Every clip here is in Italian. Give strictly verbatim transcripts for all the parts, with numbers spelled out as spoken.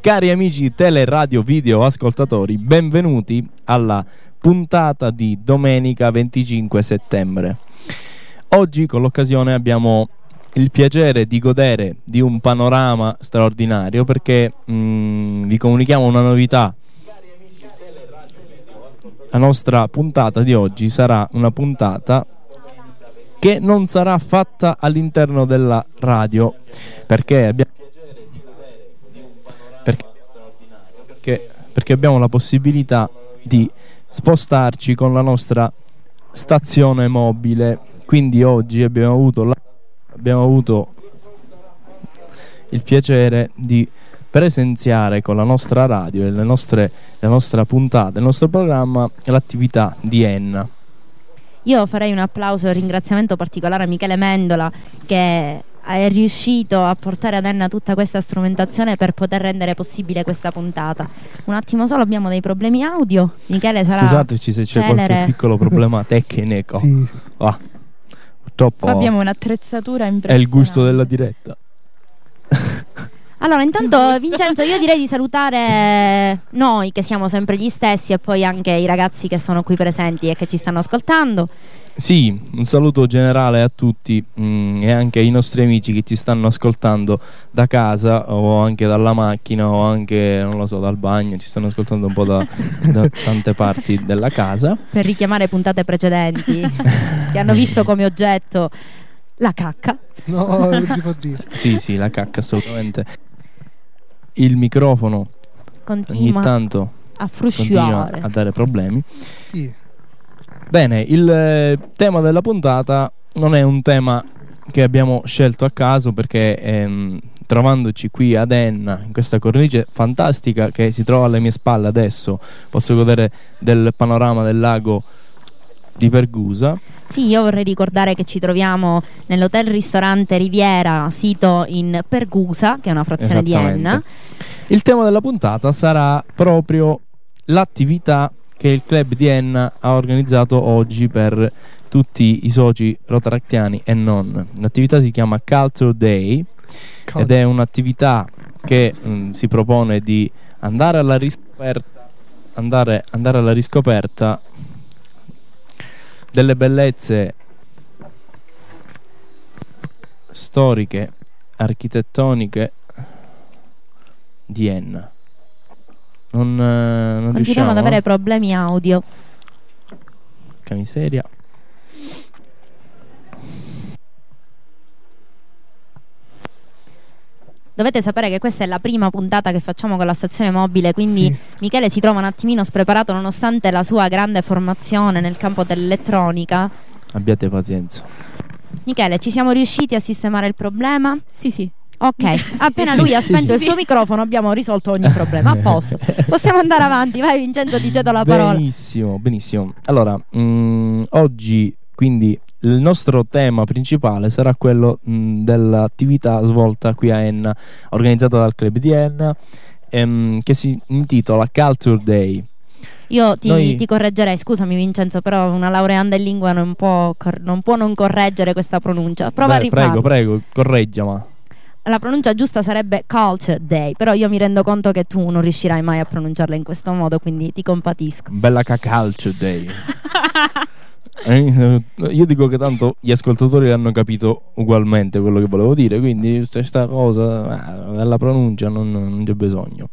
Cari amici teleradio video ascoltatori, benvenuti alla puntata di domenica venticinque settembre. Oggi con l'occasione abbiamo il piacere di godere di un panorama straordinario perché mh, vi comunichiamo una novità. La nostra puntata di oggi sarà una puntata che non sarà fatta all'interno della radio perché abbiamo perché, perché, perché abbiamo la possibilità di spostarci con la nostra stazione mobile. Quindi oggi abbiamo avuto, la, abbiamo avuto il piacere di presenziare con la nostra radio e le nostre, le nostre puntate, il nostro programma, l'attività di Enna. Io farei un applauso e un ringraziamento particolare a Michele Mendola che è riuscito a portare ad Enna tutta questa strumentazione per poter rendere possibile questa puntata. Un attimo solo, abbiamo dei problemi audio. Michele sarà Scusateci se c'è celere. qualche piccolo problema tecnico. Sì, sì. Ah, purtroppo abbiamo un'attrezzatura impressionante. È il gusto della diretta. Allora, intanto Vincenzo, io direi di salutare noi che siamo sempre gli stessi e poi anche i ragazzi che sono qui presenti e che ci stanno ascoltando. Sì, un saluto generale a tutti mh, e anche ai nostri amici che ci stanno ascoltando da casa o anche dalla macchina o anche, non lo so, dal bagno, ci stanno ascoltando un po' da, da tante parti della casa. Per richiamare puntate precedenti che hanno visto come oggetto la cacca. No, non si può dire. Sì, sì, la cacca assolutamente. Il microfono Continua ogni tanto a frusciare, continua a dare problemi. Sì. Bene, il eh, tema della puntata non è un tema che abbiamo scelto a caso perché ehm, trovandoci qui ad Enna, in questa cornice fantastica che si trova alle mie spalle adesso, posso godere del panorama del lago di Pergusa. Sì, io vorrei ricordare che ci troviamo nell'hotel ristorante Riviera, sito in Pergusa, che è una frazione di Enna. Il tema della puntata sarà proprio l'attività che il club di Enna ha organizzato oggi per tutti i soci rotaractiani e non. L'attività si chiama Culture Day Cal- ed è un'attività che mh, si propone di andare alla riscoperta andare, andare alla riscoperta delle bellezze storiche, architettoniche di Enna. Non, eh, non Continuiamo ad avere problemi audio. Che miseria. Dovete sapere che questa è la prima puntata che facciamo con la stazione mobile, quindi Sì. Michele si trova un attimino spreparato nonostante la sua grande formazione nel campo dell'elettronica. Abbiate pazienza. Michele, ci siamo riusciti a sistemare il problema? Sì, sì. Ok, Sì, appena sì, lui sì, ha spento sì, il sì. suo microfono abbiamo risolto ogni problema. A posto. Possiamo andare avanti. Vai Vincenzo, ti cedo la parola. Benissimo, benissimo. Allora, mh, oggi quindi il nostro tema principale sarà quello mh, dell'attività svolta qui a Enna, organizzata dal club di Enna, ehm, che si intitola Culture Day. Io ti, Noi- ti correggerei, scusami Vincenzo, però una laureanda in lingua non può, cor- non può non correggere questa pronuncia. Prova Beh, a rifarlo. prego, prego, correggia, ma La pronuncia giusta sarebbe Culture Day, però io mi rendo conto che tu non riuscirai mai a pronunciarla in questo modo, quindi ti compatisco. bella Culture Day. Eh, Io dico che tanto gli ascoltatori hanno capito ugualmente quello che volevo dire, quindi questa cosa eh, della pronuncia non, non c'è bisogno.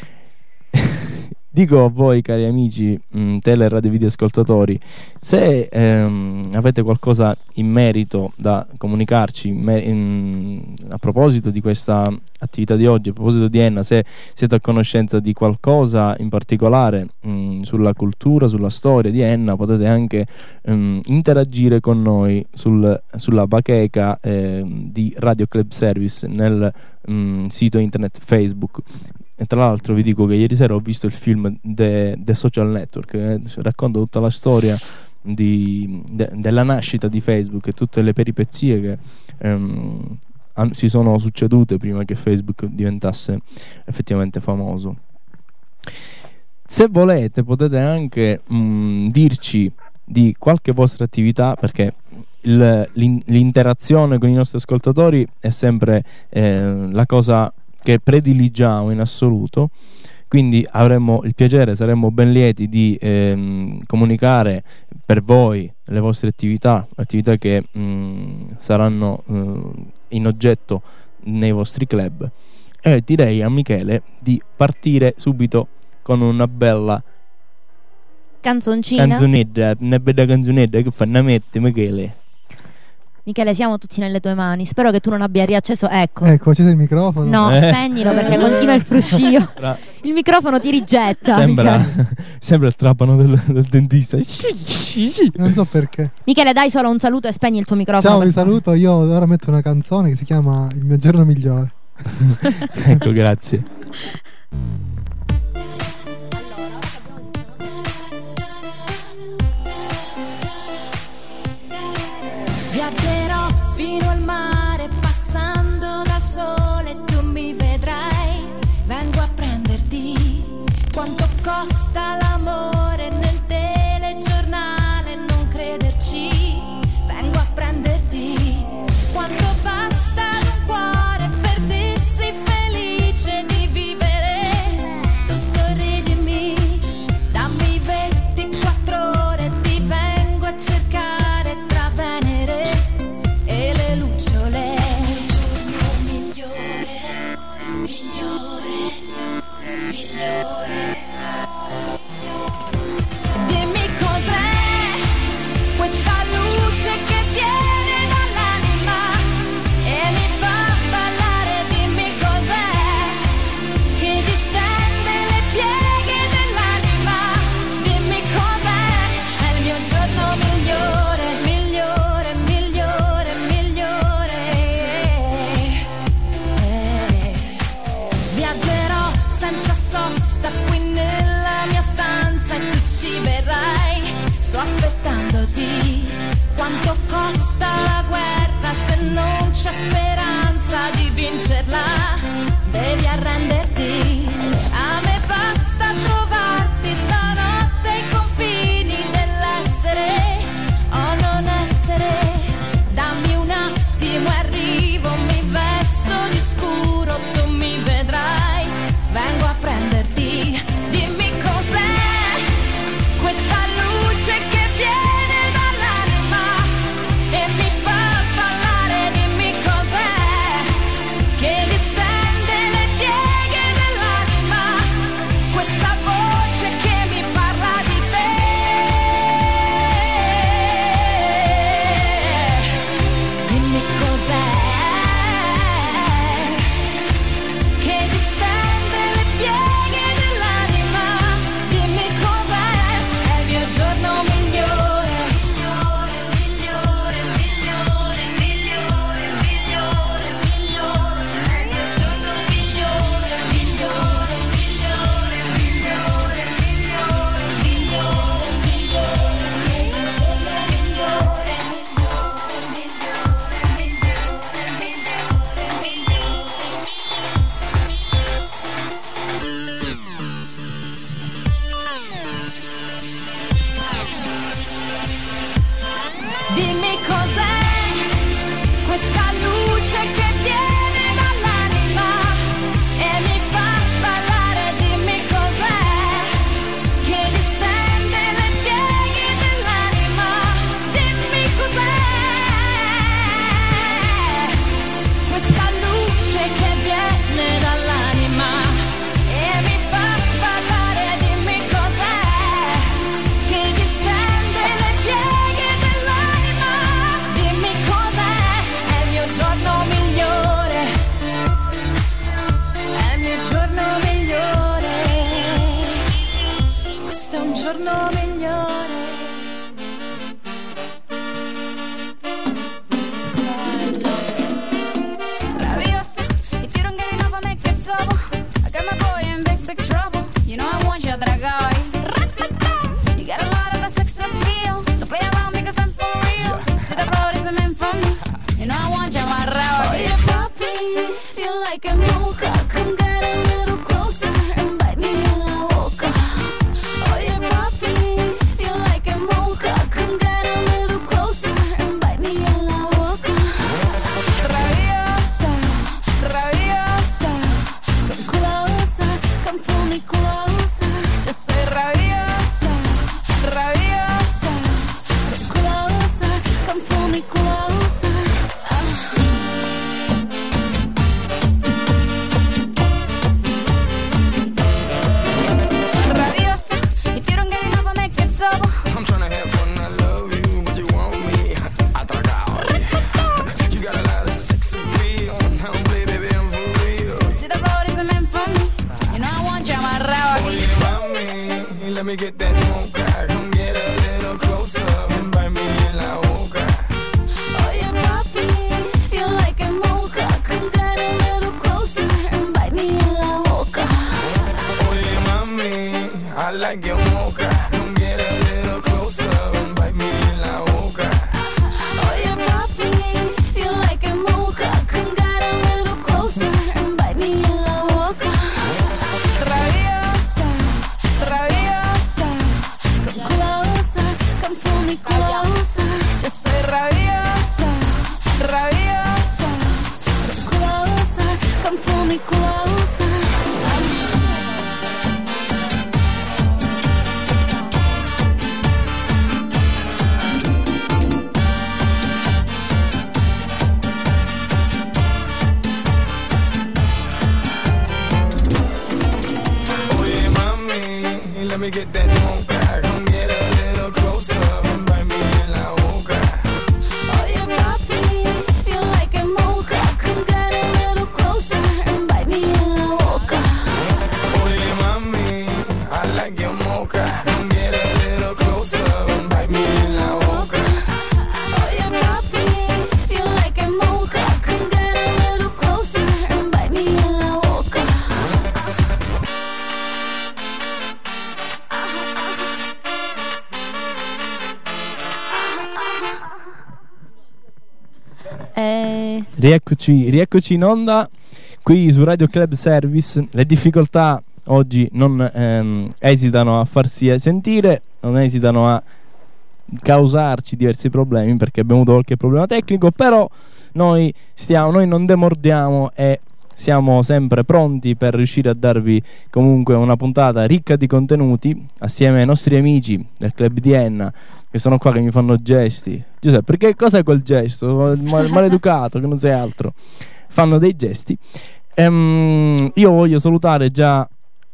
Dico a voi cari amici mh, tele e radio video ascoltatori, se ehm, avete qualcosa in merito da comunicarci in me- in- a proposito di questa attività di oggi, a proposito di Enna, se siete a conoscenza di qualcosa in particolare mh, sulla cultura, sulla storia di Enna, potete anche mh, interagire con noi sul, sulla bacheca eh, di Radio Club Service nel mh, sito internet Facebook. E tra l'altro vi dico che ieri sera ho visto il film The, The Social Network, che racconta tutta la storia di, de, della nascita di Facebook e tutte le peripezie che ehm, an- si sono succedute prima che Facebook diventasse effettivamente famoso. Se volete potete anche mh, dirci di qualche vostra attività, perché il, l'in- l'interazione con i nostri ascoltatori è sempre eh, la cosa che prediligiamo in assoluto. Quindi avremmo il piacere, saremmo ben lieti di ehm, comunicare per voi le vostre attività, attività che mh, saranno eh, in oggetto nei vostri club. E direi a Michele di partire subito con una bella canzoncina. canzonetta, una bella canzonetta che fanno a mette, Michele. Michele, siamo tutti nelle tue mani. Spero che tu non abbia riacceso. Ecco. Ecco, accesa il microfono. No, Eh. spegnilo perché continua il fruscio. Ra- Il microfono ti rigetta. Sembra, Michele. sembra il trapano del, del dentista. Non so perché. Michele, dai solo un saluto e spegni il tuo microfono. Ciao, per vi favore. saluto. Io ora metto una canzone che si chiama Il mio giorno migliore. Ecco, grazie. Viaggerò fino al mare passando dal sole, tu mi vedrai, vengo a prenderti. Quanto costa l'amore nel telegiornale, non crederci, vengo a prenderti. Quanto basta un cuore per dirsi felice di vivere, tu sorridimi, dammi ventiquattro ore, ti vengo a cercare tra Venere e le lucciole. Il giorno migliore, migliore, migliore. Dimmi cos'è questa luce che viene dall'anima e mi fa ballare. Dimmi cos'è che distende le pieghe dell'anima. Dimmi cos'è, è il mio giorno migliore, migliore, migliore, migliore. Eh. Viaggerò senza sosta qui nella mia stanza e tu ci verrai, sto aspettandoti. Quanto costa la guerra se non c'è speranza di vincerla? Devi arrenderti, a me basta trovarti stanotte ai confini dell'essere o non essere. Dammi un attimo e arrivo, mi vesto di scuro, tu mi vedrai, vengo a prenderti. Dimmi cos'è questa luce che viene dall'anima e mi fa ballare. Dimmi cos'è che distende le pieghe dell'anima, questa voce che mi parla di te. Dimmi cos'è che distende le pieghe dell'anima. Dimmi cos'è, è il mio giorno migliore, migliore, migliore, migliore, migliore, migliore, migliore. È il mio giorno migliore, migliore, migliore, migliore, migliore, migliore, dimmi cos'è questa luce che viene dall'anima e mi fa ballare. Dimmi cos'è che distende le pieghe dell'anima. Dimmi cos'è questa luce che viene dall'anima e mi fa ballare. Dimmi cos'è che distende le pieghe dell'anima. Dimmi cos'è, è il mio giorno migliore, è il mio giorno migliore. Questo è un giorno migliore. Rabiosa, if you don't get enough, I make it double. I got my boy in big, big trouble. You know I want you, dragoi. You got a lot of that sex appeal. Don't play around because I'm for real. See the road isn't meant for me. You know I want you, my rao. Oh yeah, papi, feel like a mocha. Come get a little closer and bite me in la boca. Oh yeah, papi, feel let me get that mocha. Come get a little closer and bite me in la boca. Oye papi, you like a mocha. Come get a little closer and bite me in la boca. Oye mami, I like your mocha. Come get a little closer and bite me in la boca. Oye papi, you like a mocha. Come get a little closer and bite me in la boca. Rabiosa, rabiosa, come closer, come pull me closer. Yo soy rabiosa, rabiosa, come closer, come pull me closer. Oye mami, let me get that mocha. Come get a little closer and bite me in la boca. Oye papi, you like a mocha. Come get a little closer and bite me in la boca. Oye mami, I like your mocha. Come get a little closer and bite me in la boca. Oye papi, you like a mocha. Come get a little closer and bite me in la boca. Eh, Rieccoci, rieccoci in onda qui su Radio Club Service. Le difficoltà oggi non ehm, esitano a farsi sentire, non esitano a causarci diversi problemi perché abbiamo avuto qualche problema tecnico, però noi stiamo, noi non demordiamo e siamo sempre pronti per riuscire a darvi comunque una puntata ricca di contenuti assieme ai nostri amici del Club di Enna che sono qua che mi fanno gesti. Giuseppe, perché cos'è quel gesto? Mal- maleducato che non sei altro. Fanno dei gesti. Ehm, io voglio salutare già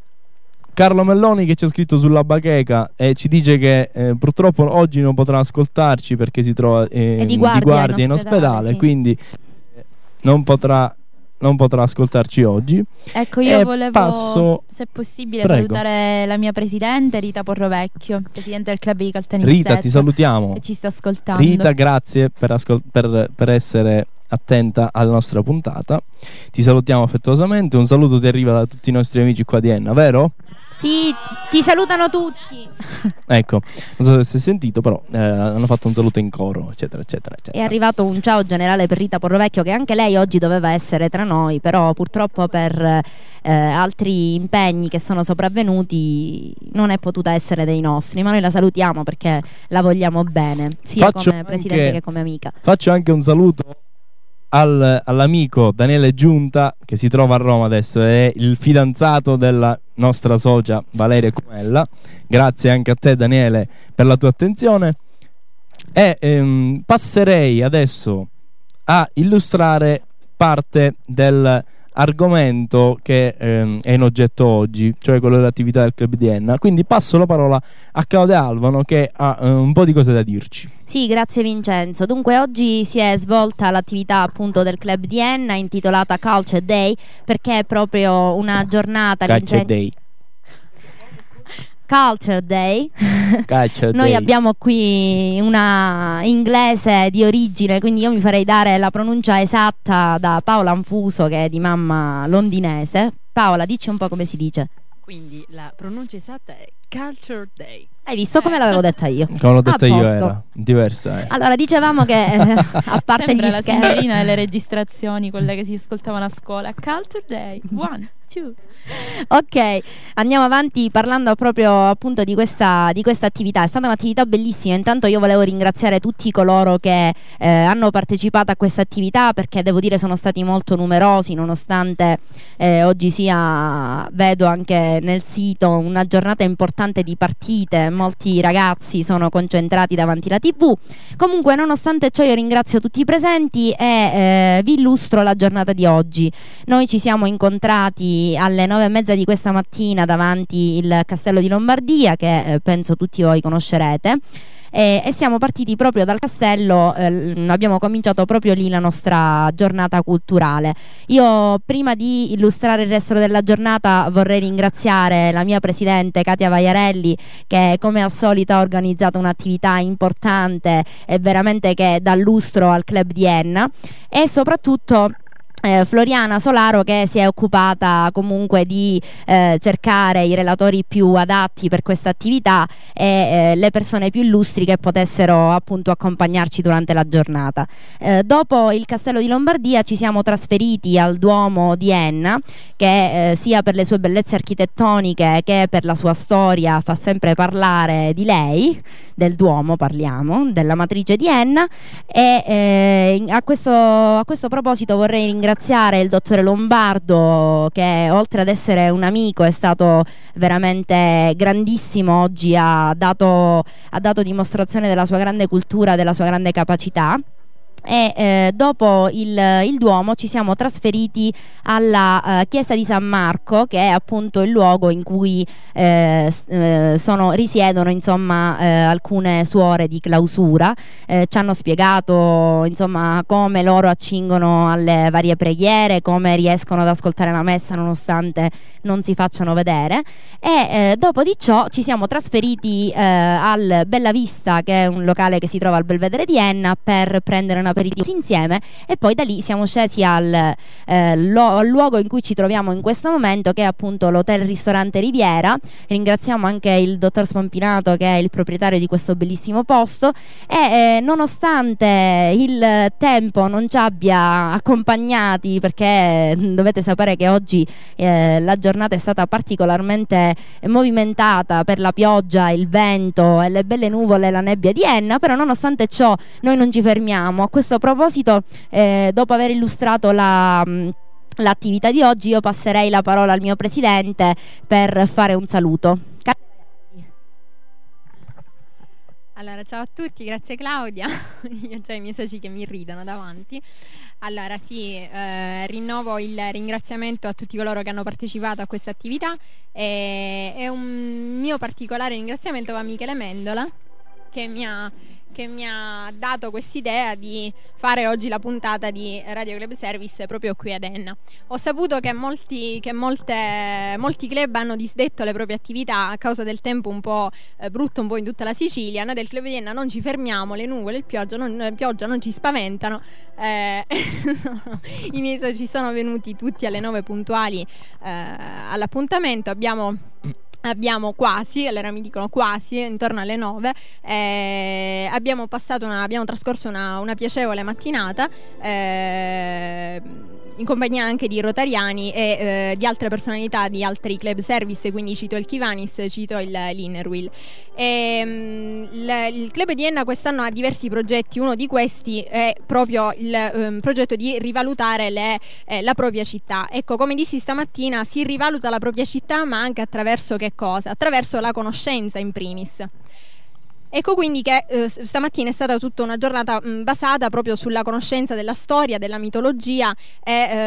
Carlo Melloni che ci ha scritto sulla bacheca e ci dice che eh, purtroppo oggi non potrà ascoltarci perché si trova eh, È di di guardia guardia in in ospedale, ospedale, sì. quindi eh, non potrà non potrà ascoltarci oggi. Ecco, io E volevo, passo- se possibile, Prego. salutare la mia presidente Rita Porrovecchio, presidente del club di Caltanissetta. Rita, ti salutiamo. E ci sta ascoltando. Rita, grazie per, ascol- per, per essere attenta alla nostra puntata. Ti salutiamo affettuosamente. Un saluto ti arriva da tutti i nostri amici qua di Enna, vero? sì, ti salutano tutti. Ecco, non so se si è sentito, però eh, hanno fatto un saluto in coro, eccetera, eccetera, È eccetera. arrivato un ciao generale per Rita Porrovecchio, che anche lei oggi doveva essere tra noi, però purtroppo per eh, altri impegni che sono sopravvenuti non è potuta essere dei nostri, ma noi la salutiamo perché la vogliamo bene, sia Faccio come presidente anche- che come amica. Faccio anche un saluto al- all'amico Daniele Giunta che si trova a Roma adesso, è il fidanzato della nostra socia Valeria Cumella. Grazie anche a te Daniele per la tua attenzione e ehm, passerei adesso a illustrare parte del argomento che ehm, è in oggetto oggi, cioè quello dell'attività del Club di Enna. Quindi passo la parola a Claudia Alvano che ha eh, un po' di cose da dirci. Sì, grazie Vincenzo. Dunque oggi si è svolta l'attività appunto del Club di Enna intitolata Culture Day, perché è proprio una giornata Caccia all'interno- Day. Culture Day. Caccia Noi Day. abbiamo qui una inglese di origine, quindi io mi farei dare la pronuncia esatta da Paola Anfuso, che è di mamma londinese. Paola, dici un po' come si dice. Quindi la pronuncia esatta è Culture Day. Hai visto come l'avevo detta io? Come l'ho detta A io posto. era diversa. Eh. Allora, dicevamo che eh, a parte Sembra gli la scherzi, signorina delle registrazioni, quelle che si ascoltavano a scuola. Culture Day, one, two. ok, andiamo avanti parlando proprio appunto di questa, di questa attività. È stata un'attività bellissima. Intanto io volevo ringraziare tutti coloro che eh, hanno partecipato a questa attività, perché devo dire sono stati molto numerosi, nonostante eh, oggi sia, vedo anche nel sito, una giornata importante di partite. Molti ragazzi sono concentrati davanti alla tivù. Comunque, nonostante ciò, io ringrazio tutti i presenti e eh, vi illustro la giornata di oggi. Noi ci siamo incontrati alle nove e mezza di questa mattina davanti il Castello di Lombardia, che eh, penso tutti voi conoscerete. e, e siamo partiti proprio dal castello, eh, abbiamo cominciato proprio lì la nostra giornata culturale. Io prima di illustrare il resto della giornata vorrei ringraziare la mia presidente Katia Vaiarelli, che come al solito ha organizzato un'attività importante e veramente che dà lustro al club di Enna, e soprattutto Eh, Floriana Solaro, che si è occupata comunque di eh, cercare i relatori più adatti per questa attività e eh, le persone più illustri che potessero appunto accompagnarci durante la giornata. Eh, dopo il Castello di Lombardia ci siamo trasferiti al Duomo di Enna, che eh, sia per le sue bellezze architettoniche che per la sua storia fa sempre parlare di lei, del Duomo parliamo, della matrice di Enna, e eh, a, questo, a questo proposito vorrei ringraziare il dottore Lombardo, che oltre ad essere un amico è stato veramente grandissimo. Oggi ha dato, ha dato dimostrazione della sua grande cultura, della sua grande capacità. E eh, dopo il, il Duomo ci siamo trasferiti alla uh, chiesa di San Marco, che è appunto il luogo in cui eh, eh, sono, risiedono insomma eh, alcune suore di clausura. Eh, ci hanno spiegato insomma come loro accingono alle varie preghiere, come riescono ad ascoltare la messa nonostante non si facciano vedere, e eh, dopo di ciò ci siamo trasferiti eh, al Bella Vista, che è un locale che si trova al Belvedere di Enna, per prendere una aperitivo insieme, e poi da lì siamo scesi al, eh, lo, al luogo in cui ci troviamo in questo momento, che è appunto l'Hotel Ristorante Riviera. Ringraziamo anche il dottor Spampinato, che è il proprietario di questo bellissimo posto, e eh, nonostante il tempo non ci abbia accompagnati, perché dovete sapere che oggi eh, la giornata è stata particolarmente movimentata per la pioggia, il vento e le belle nuvole e la nebbia di Enna, però nonostante ciò noi non ci fermiamo. A questo proposito, eh, dopo aver illustrato la mh, l'attività di oggi, io passerei la parola al mio presidente per fare un saluto. Allora, ciao a tutti, grazie Claudia. Io ho già i miei soci che mi ridono davanti. Allora sì, eh, rinnovo il ringraziamento a tutti coloro che hanno partecipato a questa attività, e, e un mio particolare ringraziamento va a Michele Mendola, che mi ha che mi ha dato quest'idea di fare oggi la puntata di Radio Club Service proprio qui ad Enna. Ho saputo che molti, che molte, molti club hanno disdetto le proprie attività a causa del tempo un po' eh, brutto un po' in tutta la Sicilia. Noi del Club di Enna non ci fermiamo, le nuvole, il pioggia non, la pioggia non ci spaventano. Eh, I miei soci sono venuti tutti alle nove puntuali eh, all'appuntamento. Abbiamo Abbiamo quasi, allora mi dicono quasi, intorno alle nove, eh, abbiamo passato una, abbiamo trascorso una, una piacevole mattinata eh, in compagnia anche di rotariani e eh, di altre personalità di altri club service, quindi cito il Kivanis, cito il l'Innerwheel. E, mh, il, il club di Enna quest'anno ha diversi progetti, uno di questi è proprio il um, progetto di rivalutare le, eh, la propria città. Ecco, come dissi stamattina, si rivaluta la propria città, ma anche attraverso che cosa? Attraverso la conoscenza in primis. Ecco quindi che eh, stamattina è stata tutta una giornata mh, basata proprio sulla conoscenza della storia, della mitologia e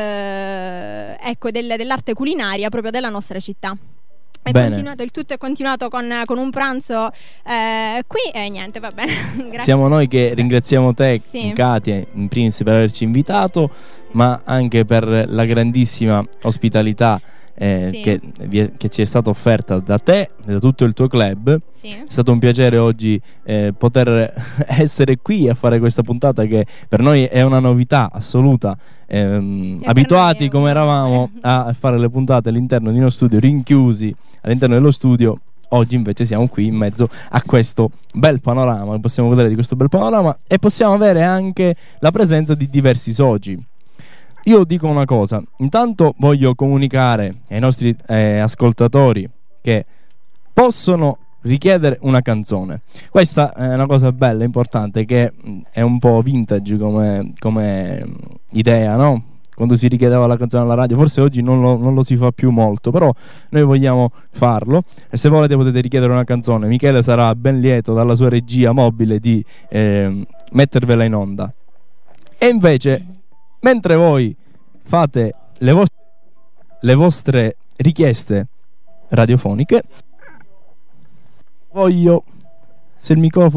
eh, ecco, del, dell'arte culinaria proprio della nostra città. È continuato, il tutto è continuato con, con un pranzo eh, qui e niente, va bene. Grazie. Siamo noi che ringraziamo te, sì. Katia, in primis per averci invitato, ma anche per la grandissima ospitalità Eh, sì. che, che ci è stata offerta da te e da tutto il tuo club. Sì. È stato un piacere oggi eh, poter essere qui a fare questa puntata, che per noi è una novità assoluta. ehm, abituati come eravamo a fare le puntate all'interno di uno studio, rinchiusi all'interno dello studio. Oggi invece siamo qui in mezzo a questo bel panorama, possiamo godere di questo bel panorama e possiamo avere anche la presenza di diversi soci. Io dico una cosa, intanto voglio comunicare ai nostri eh, ascoltatori che possono richiedere una canzone. Questa è una cosa bella, importante, che è un po' vintage come, come idea, no? Quando si richiedeva la canzone alla radio, forse oggi non lo, non lo si fa più molto, però noi vogliamo farlo, e se volete potete richiedere una canzone. Michele sarà ben lieto dalla sua regia mobile di eh, mettervela in onda. E invece, mentre voi fate le, vo- le vostre richieste radiofoniche, voglio, se il microfono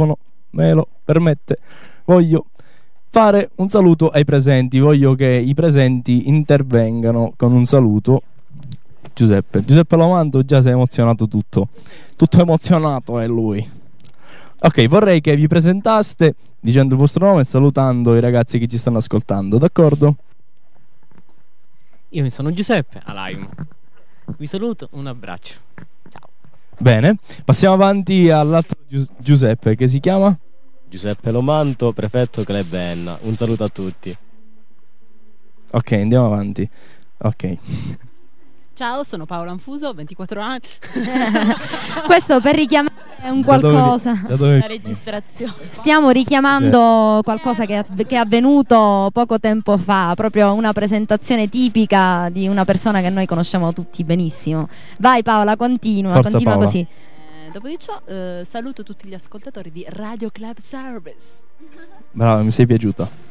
me lo permette, voglio fare un saluto ai presenti. Voglio che i presenti intervengano con un saluto. Giuseppe, Giuseppe Lomanto già si è emozionato tutto. Tutto emozionato è lui. Ok, vorrei che vi presentaste dicendo il vostro nome e salutando i ragazzi che ci stanno ascoltando, d'accordo? Io mi sono Giuseppe Alaimo. Vi saluto, un abbraccio. Ciao. Bene, passiamo avanti all'altro Gius- Giuseppe che si chiama? Giuseppe Lomanto, prefetto Club Enna. Un saluto a tutti. Ok, andiamo avanti. Ok. Ciao, sono Paola Anfuso, ventiquattro anni. Questo per richiamare un Da dove- qualcosa. da dove- La registrazione. Stiamo richiamando qualcosa che, che è avvenuto poco tempo fa, proprio una presentazione tipica di una persona che noi conosciamo tutti benissimo. Vai Paola, continua, Forza, continua Paola. così. Eh, dopo di ciò, eh, saluto tutti gli ascoltatori di Radio Club Service. Brava, mi sei piaciuta.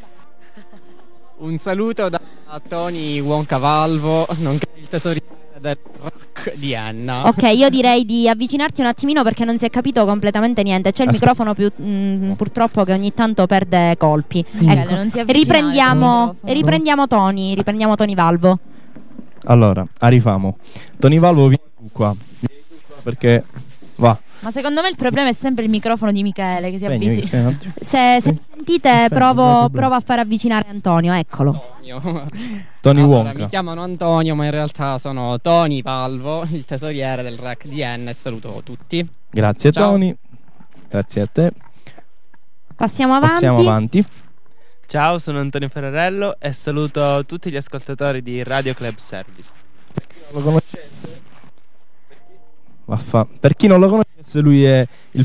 Un saluto da Tony Wonka Valvo, nonché il tesoriere del rock di Anna. Ok, io direi di avvicinarti un attimino perché non si è capito completamente niente. C'è il Aspetta. microfono più, mh, purtroppo che ogni tanto perde colpi. Michele, Ecco. non ti avvicinare Riprendiamo, al microfono. riprendiamo Tony, riprendiamo Tony Valvo. Allora, arriviamo. Tony Valvo, vieni tu qua. Vieni tu qua perché va. Ma secondo me il problema è sempre il microfono di Michele che si Spegni, avvicina. spegni un attimo. Se, se sentite, Aspetta, non provo, c'è problema. provo a far avvicinare Antonio, eccolo. Antonio. Tony Allora, Wonka. mi chiamano Antonio, ma in realtà sono Tony Valvo, il tesoriere del R A C di Enna, e saluto tutti. Grazie Ciao. Tony. Grazie a te. Passiamo avanti. Passiamo avanti. Ciao, sono Antonio Ferrarello e saluto tutti gli ascoltatori di Radio Club Service. Lo conoscesse? Vaffa. Per chi non lo conoscesse, lui è il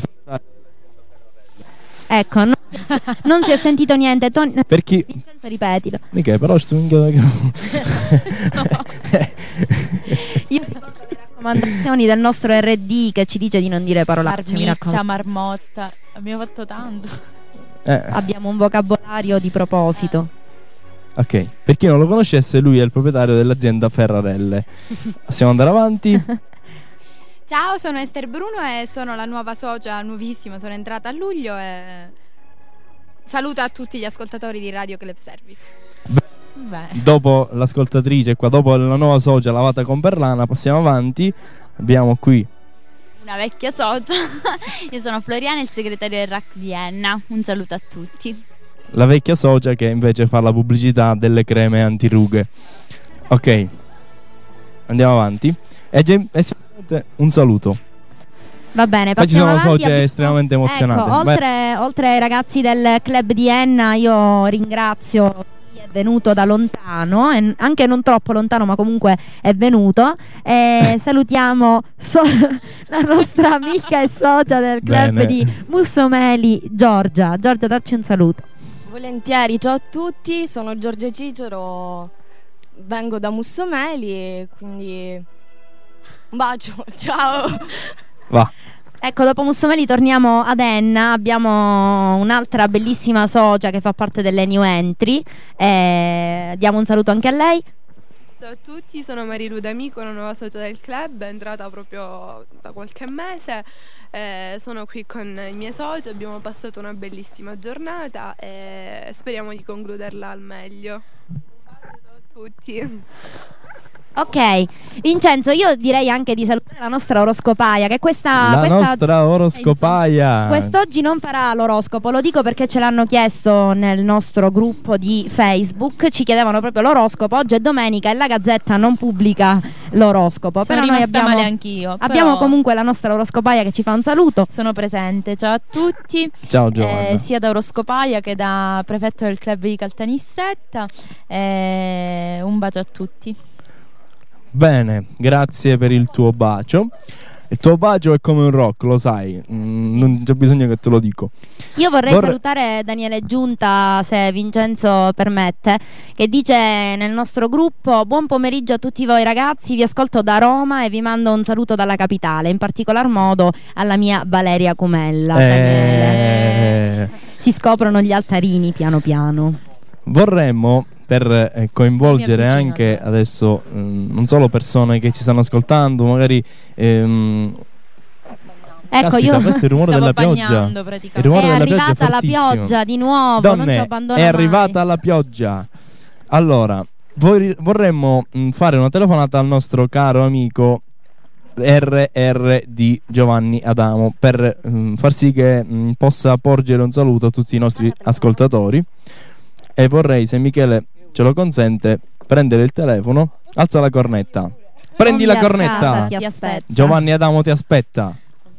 Ecco, non, non si è sentito niente. Tony, per chi Vincenzo, ripetilo. mica però sto minchia Io ricordo le raccomandazioni del nostro R D che ci dice di non dire parolacce, mi Marmizza, raccomando. marmotta. Abbiamo fatto tanto. eh, Abbiamo un vocabolario di proposito. ok, per chi non lo conoscesse, lui è il proprietario dell'azienda Ferrarelle. Possiamo andare avanti. Ciao, sono Ester Bruno e sono la nuova socia, nuovissima, sono entrata a luglio e saluto a tutti gli ascoltatori di Radio Club Service. Beh. Dopo l'ascoltatrice qua, dopo la nuova socia lavata con Perlana, passiamo avanti. Abbiamo qui Una vecchia socia. Io sono Floriana, il segretario del R A C di Enna. Un saluto a tutti. la vecchia socia che invece fa la pubblicità delle creme antirughe. Ok, andiamo avanti. E già- e sicuramente un saluto. Va bene, Poi ci passiamo sono avanti. socie Abbi- estremamente emozionate. Ecco, Vai. oltre, oltre ai ragazzi del club di Enna, io ringrazio chi è venuto da lontano, e anche non troppo lontano, ma comunque è venuto. E salutiamo so- la nostra amica e socia del club Bene. di Mussomeli, Giorgia. Giorgia, dacci un saluto. Volentieri, ciao a tutti, sono Giorgia Cicero, vengo da Mussomeli e quindi un bacio, ciao. Va. Ecco, dopo Mussomeli torniamo ad Enna. Abbiamo un'altra bellissima socia che fa parte delle new entry. E diamo un saluto anche a lei. Ciao a tutti, sono Marilu D'Amico, una nuova socia del club, è entrata proprio da qualche mese. Eh, sono qui con i miei soci, abbiamo passato una bellissima giornata e speriamo di concluderla al meglio. Ciao a tutti. Ok, Vincenzo, io direi anche di salutare la nostra oroscopaia, che questa, La questa nostra oroscopaia. quest'oggi non farà l'oroscopo. Lo dico perché ce l'hanno chiesto nel nostro gruppo di Facebook. Ci chiedevano proprio l'oroscopo. Oggi è domenica e la Gazzetta non pubblica l'oroscopo. Sono Però noi rimasta abbiamo, male anch'io. abbiamo però comunque la nostra oroscopaia che ci fa un saluto. Sono presente. Ciao a tutti. Ciao, Giovanna. Eh, sia da oroscopaia che da prefetto del club di Caltanissetta. Eh, un bacio a tutti. Bene, grazie per il tuo bacio. Il tuo bacio è come un rock, lo sai. Mm, non c'è bisogno che te lo dico. Io vorrei Vorrei- salutare Daniele Giunta, se Vincenzo permette, che dice nel nostro gruppo: buon pomeriggio a tutti voi ragazzi, vi ascolto da Roma e vi mando un saluto dalla capitale, in particolar modo alla mia Valeria Comella. Daniele. Eh, Si scoprono gli altarini piano piano. vorremmo per eh, coinvolgere Mi avvicino anche adesso mm, non solo persone che ci stanno ascoltando, magari ehm, Ecco, Caspita, io questo è il rumore Stavo della pioggia. bagnando, Il praticamente. rumore è della pioggia arrivata la fortissimo. pioggia di nuovo, Donne, non ci abbandona è mai. arrivata la pioggia. Allora, voi- vorremmo mh, fare una telefonata al nostro caro amico R R di Giovanni Adamo per mh, far sì che mh, possa porgere un saluto a tutti i nostri ascoltatori. E vorrei, se Michele ce lo consente, prendere il telefono. Alza la cornetta. Prendi la cornetta. Ti aspetta. Giovanni Adamo ti aspetta.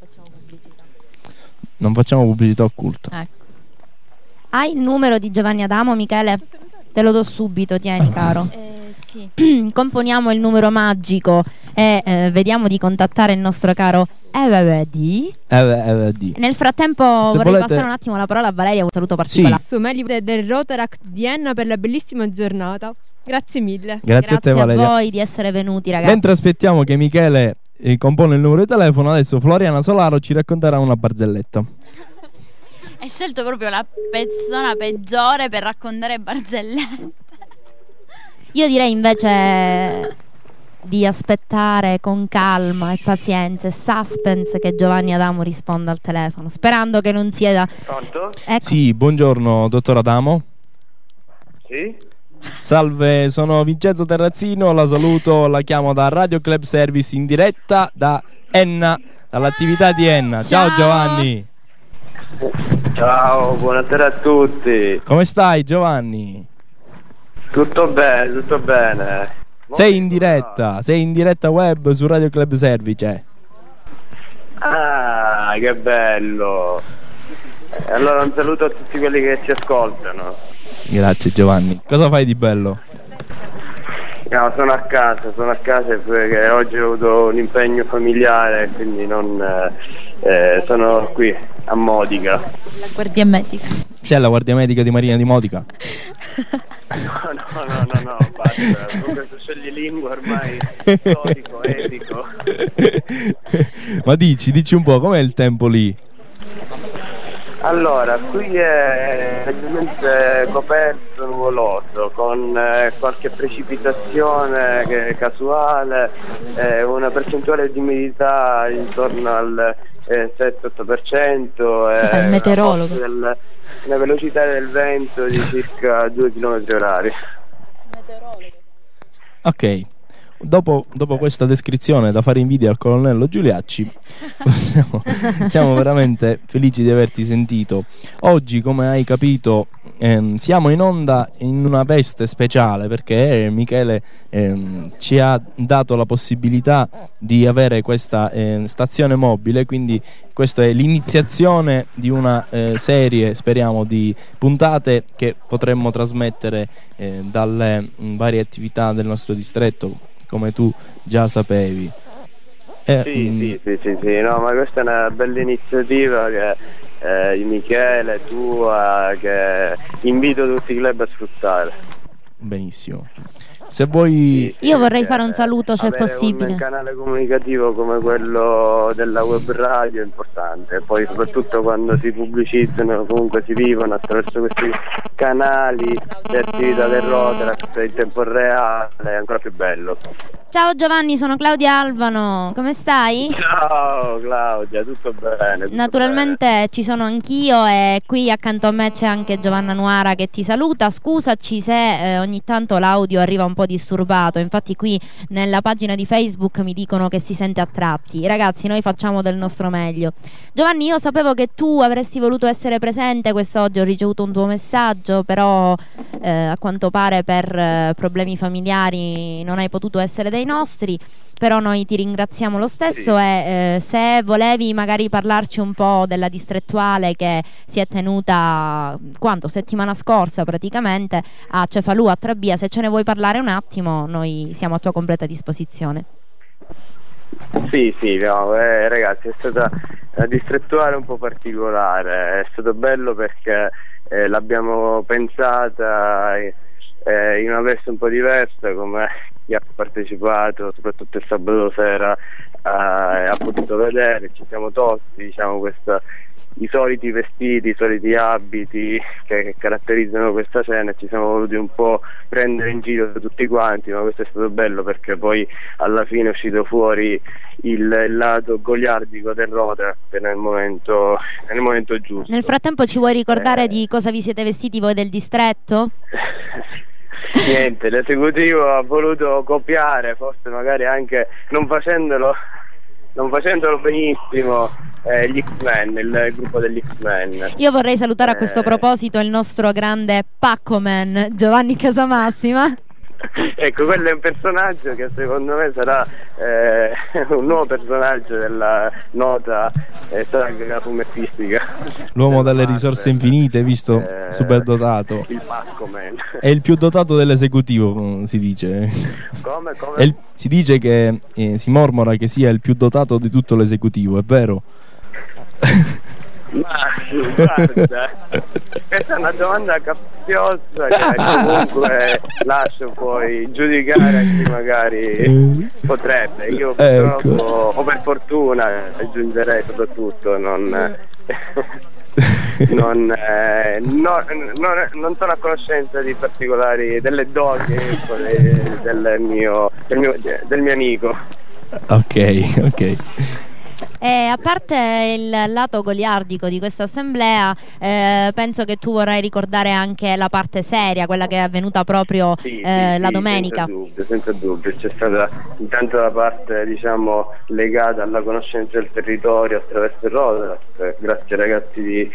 Non facciamo pubblicità occulta. Ecco. Hai il numero di Giovanni Adamo, Michele? Te lo do subito, tieni caro. Eh, sì. Componiamo il numero magico e eh, vediamo di contattare il nostro caro Everedy. Everedy. Nel frattempo Se vorrei volete- passare un attimo la parola a Valeria, un saluto particolare. Someli del Rotaract di Enna per la bellissima giornata. Grazie mille. Grazie a te, Valeria. voi di essere venuti, ragazzi. Mentre aspettiamo che Michele eh, compone il numero di telefono, adesso Floriana Solaro ci racconterà una barzelletta. Hai scelto proprio la persona peggiore per raccontare barzellette. Io direi invece di aspettare con calma e pazienza e suspense che Giovanni Adamo risponda al telefono, sperando che non sia da... Pronto? Ecco. Sì, buongiorno dottor Adamo. Sì? Salve, sono Vincenzo Terrazzino, la saluto, la chiamo da Radio Club Service in diretta da Enna, dall'attività di Enna. Ciao, Ciao. Giovanni. Ciao, buonasera a tutti. Come stai, Giovanni? Tutto bene, tutto bene. Sei in diretta, sei in diretta web su Radio Club Service. Ah, che bello. E allora un saluto a tutti quelli che ci ascoltano. Grazie, Giovanni. Cosa fai di bello? No, sono a casa, sono a casa perché oggi ho avuto un impegno familiare, quindi non eh, eh, sono qui a Modica. La guardia medica. Sei alla guardia medica di Marina di Modica? No, no, no, no, no, basta. Con questo scioglilingua ormai storico, etico. Ma dici, dici un po', com'è il tempo lì? Allora, qui è leggermente coperto, nuvoloso, con eh, qualche precipitazione che è casuale, eh, una percentuale di umidità intorno al eh, sette otto per cento, Si fa il meteorologo. del, una velocità del vento di circa due chilometri orari. Ok, dopo, dopo questa descrizione da fare invidia al colonnello Giuliacci, possiamo, siamo veramente felici di averti sentito. Oggi, come hai capito, ehm, siamo in onda in una veste speciale perché Michele ehm, ci ha dato la possibilità di avere questa eh, stazione mobile, quindi questa è l'iniziazione di una eh, serie, speriamo, di puntate che potremmo trasmettere eh, dalle mh, varie attività del nostro distretto, come tu già sapevi. Eh, Sì, mh, sì, sì, sì, sì, no, ma questa è una bella iniziativa che eh, di Michele, tua, che invito tutti i club a sfruttare. benissimo. Se vuoi... Io vorrei fare un saluto se Avere possibile. un canale comunicativo come quello della web radio è importante, e poi soprattutto quando si pubblicizzano, comunque si vivono attraverso questi canali le attività del Rotaract in tempo reale, è ancora più bello. Ciao Giovanni, sono Claudia Albano, come stai? Ciao Claudia, tutto bene? Tutto Naturalmente ci sono anch'io e qui accanto a me c'è anche Giovanna Nuara che ti saluta. Scusaci se eh, ogni tanto l'audio arriva un po' disturbato, infatti qui nella pagina di Facebook mi dicono che si sente a tratti. Ragazzi, noi facciamo del nostro meglio. Giovanni, io sapevo che tu avresti voluto essere presente quest'oggi, ho ricevuto un tuo messaggio, però eh, a quanto pare per eh, problemi familiari non hai potuto essere dei nostri, però noi ti ringraziamo lo stesso. Sì. E eh, se volevi magari parlarci un po' della distrettuale che si è tenuta quanto? Settimana scorsa praticamente a Cefalù, a Trabia, se ce ne vuoi parlare un attimo noi siamo a tua completa disposizione. Sì, sì, no, eh, ragazzi, è stata una distrettuale un po' particolare, è stato bello perché eh, l'abbiamo pensata eh, in una veste un po' diversa, come chi ha partecipato, soprattutto il sabato sera, eh, ha potuto vedere. Ci siamo tolti, diciamo, questa i soliti vestiti, i soliti abiti che, che caratterizzano questa cena, e ci siamo voluti un po' prendere in giro tutti quanti, ma questo è stato bello perché poi alla fine è uscito fuori il, il lato goliardico del Rotaract nel momento, nel momento giusto. Nel frattempo ci vuoi ricordare eh. di cosa vi siete vestiti voi del distretto? Niente, l'esecutivo ha voluto copiare, forse magari anche non facendolo non facendolo benissimo, eh, gli X-Men, il, il gruppo degli X-Men. Io vorrei salutare eh. a questo proposito il nostro grande Paccoman Giovanni Casamassima. Ecco, quello è un personaggio che secondo me sarà eh, un nuovo personaggio della nota eh, saga fumettistica. L'uomo dalle risorse infinite, visto eh, super dotato. Il Paccoman. È il più dotato dell'esecutivo, si dice. Come? Come? È il, si dice che eh, si mormora che sia il più dotato di tutto l'esecutivo, è vero? Ma guarda, questa è una domanda capziosa che comunque lascio poi giudicare a chi magari potrebbe. Io purtroppo, ecco. o per fortuna aggiungerei soprattutto, non, non, eh, no, non, non sono a conoscenza di particolari delle doti del mio, del mio, del mio amico. Ok, ok. E a parte il lato goliardico di questa assemblea, eh, penso che tu vorrai ricordare anche la parte seria, quella che è avvenuta proprio sì, eh, sì, la sì, domenica. Senza dubbio, senza dubbio, c'è stata intanto la parte, diciamo, legata alla conoscenza del territorio attraverso il Rotaract, grazie ai ragazzi di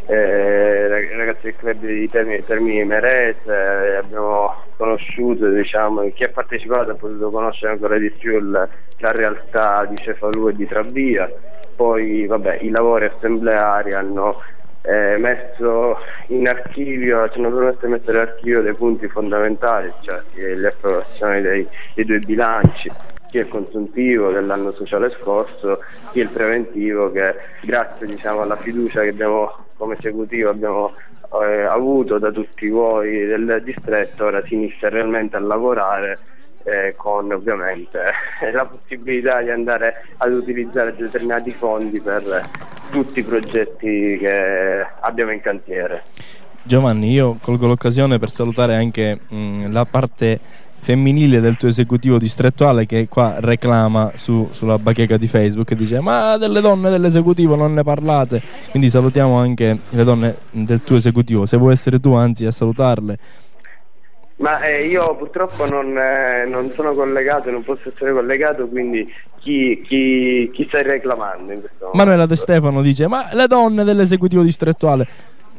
eh, ragazzi del club di Termini, Termini Imerese, abbiamo conosciuto, diciamo, chi ha partecipato ha potuto conoscere ancora di più il, la realtà di Cefalù e di Trabia. Poi vabbè, i lavori assembleari hanno eh, messo in archivio, ci hanno permesso di mettere in archivio dei punti fondamentali, cioè le approvazioni dei, dei due bilanci, sia il consuntivo dell'anno sociale scorso, sia il preventivo, che grazie, diciamo, alla fiducia che abbiamo come esecutivo abbiamo eh, avuto da tutti voi del distretto, ora si inizia realmente a lavorare eh, con ovviamente eh, la possibilità di andare ad utilizzare determinati fondi per tutti i progetti che abbiamo in cantiere. Giovanni, io colgo l'occasione per salutare anche mh, la parte femminile del tuo esecutivo distrettuale, che qua reclama su, sulla bacheca di Facebook e dice: ma delle donne dell'esecutivo non ne parlate. Quindi salutiamo anche le donne del tuo esecutivo, se vuoi essere tu anzi a salutarle. Ma eh, io purtroppo non, eh, non sono collegato, non posso essere collegato, quindi chi, chi, chi stai reclamando in questo momento? Manuela De Stefano dice: ma le donne dell'esecutivo distrettuale.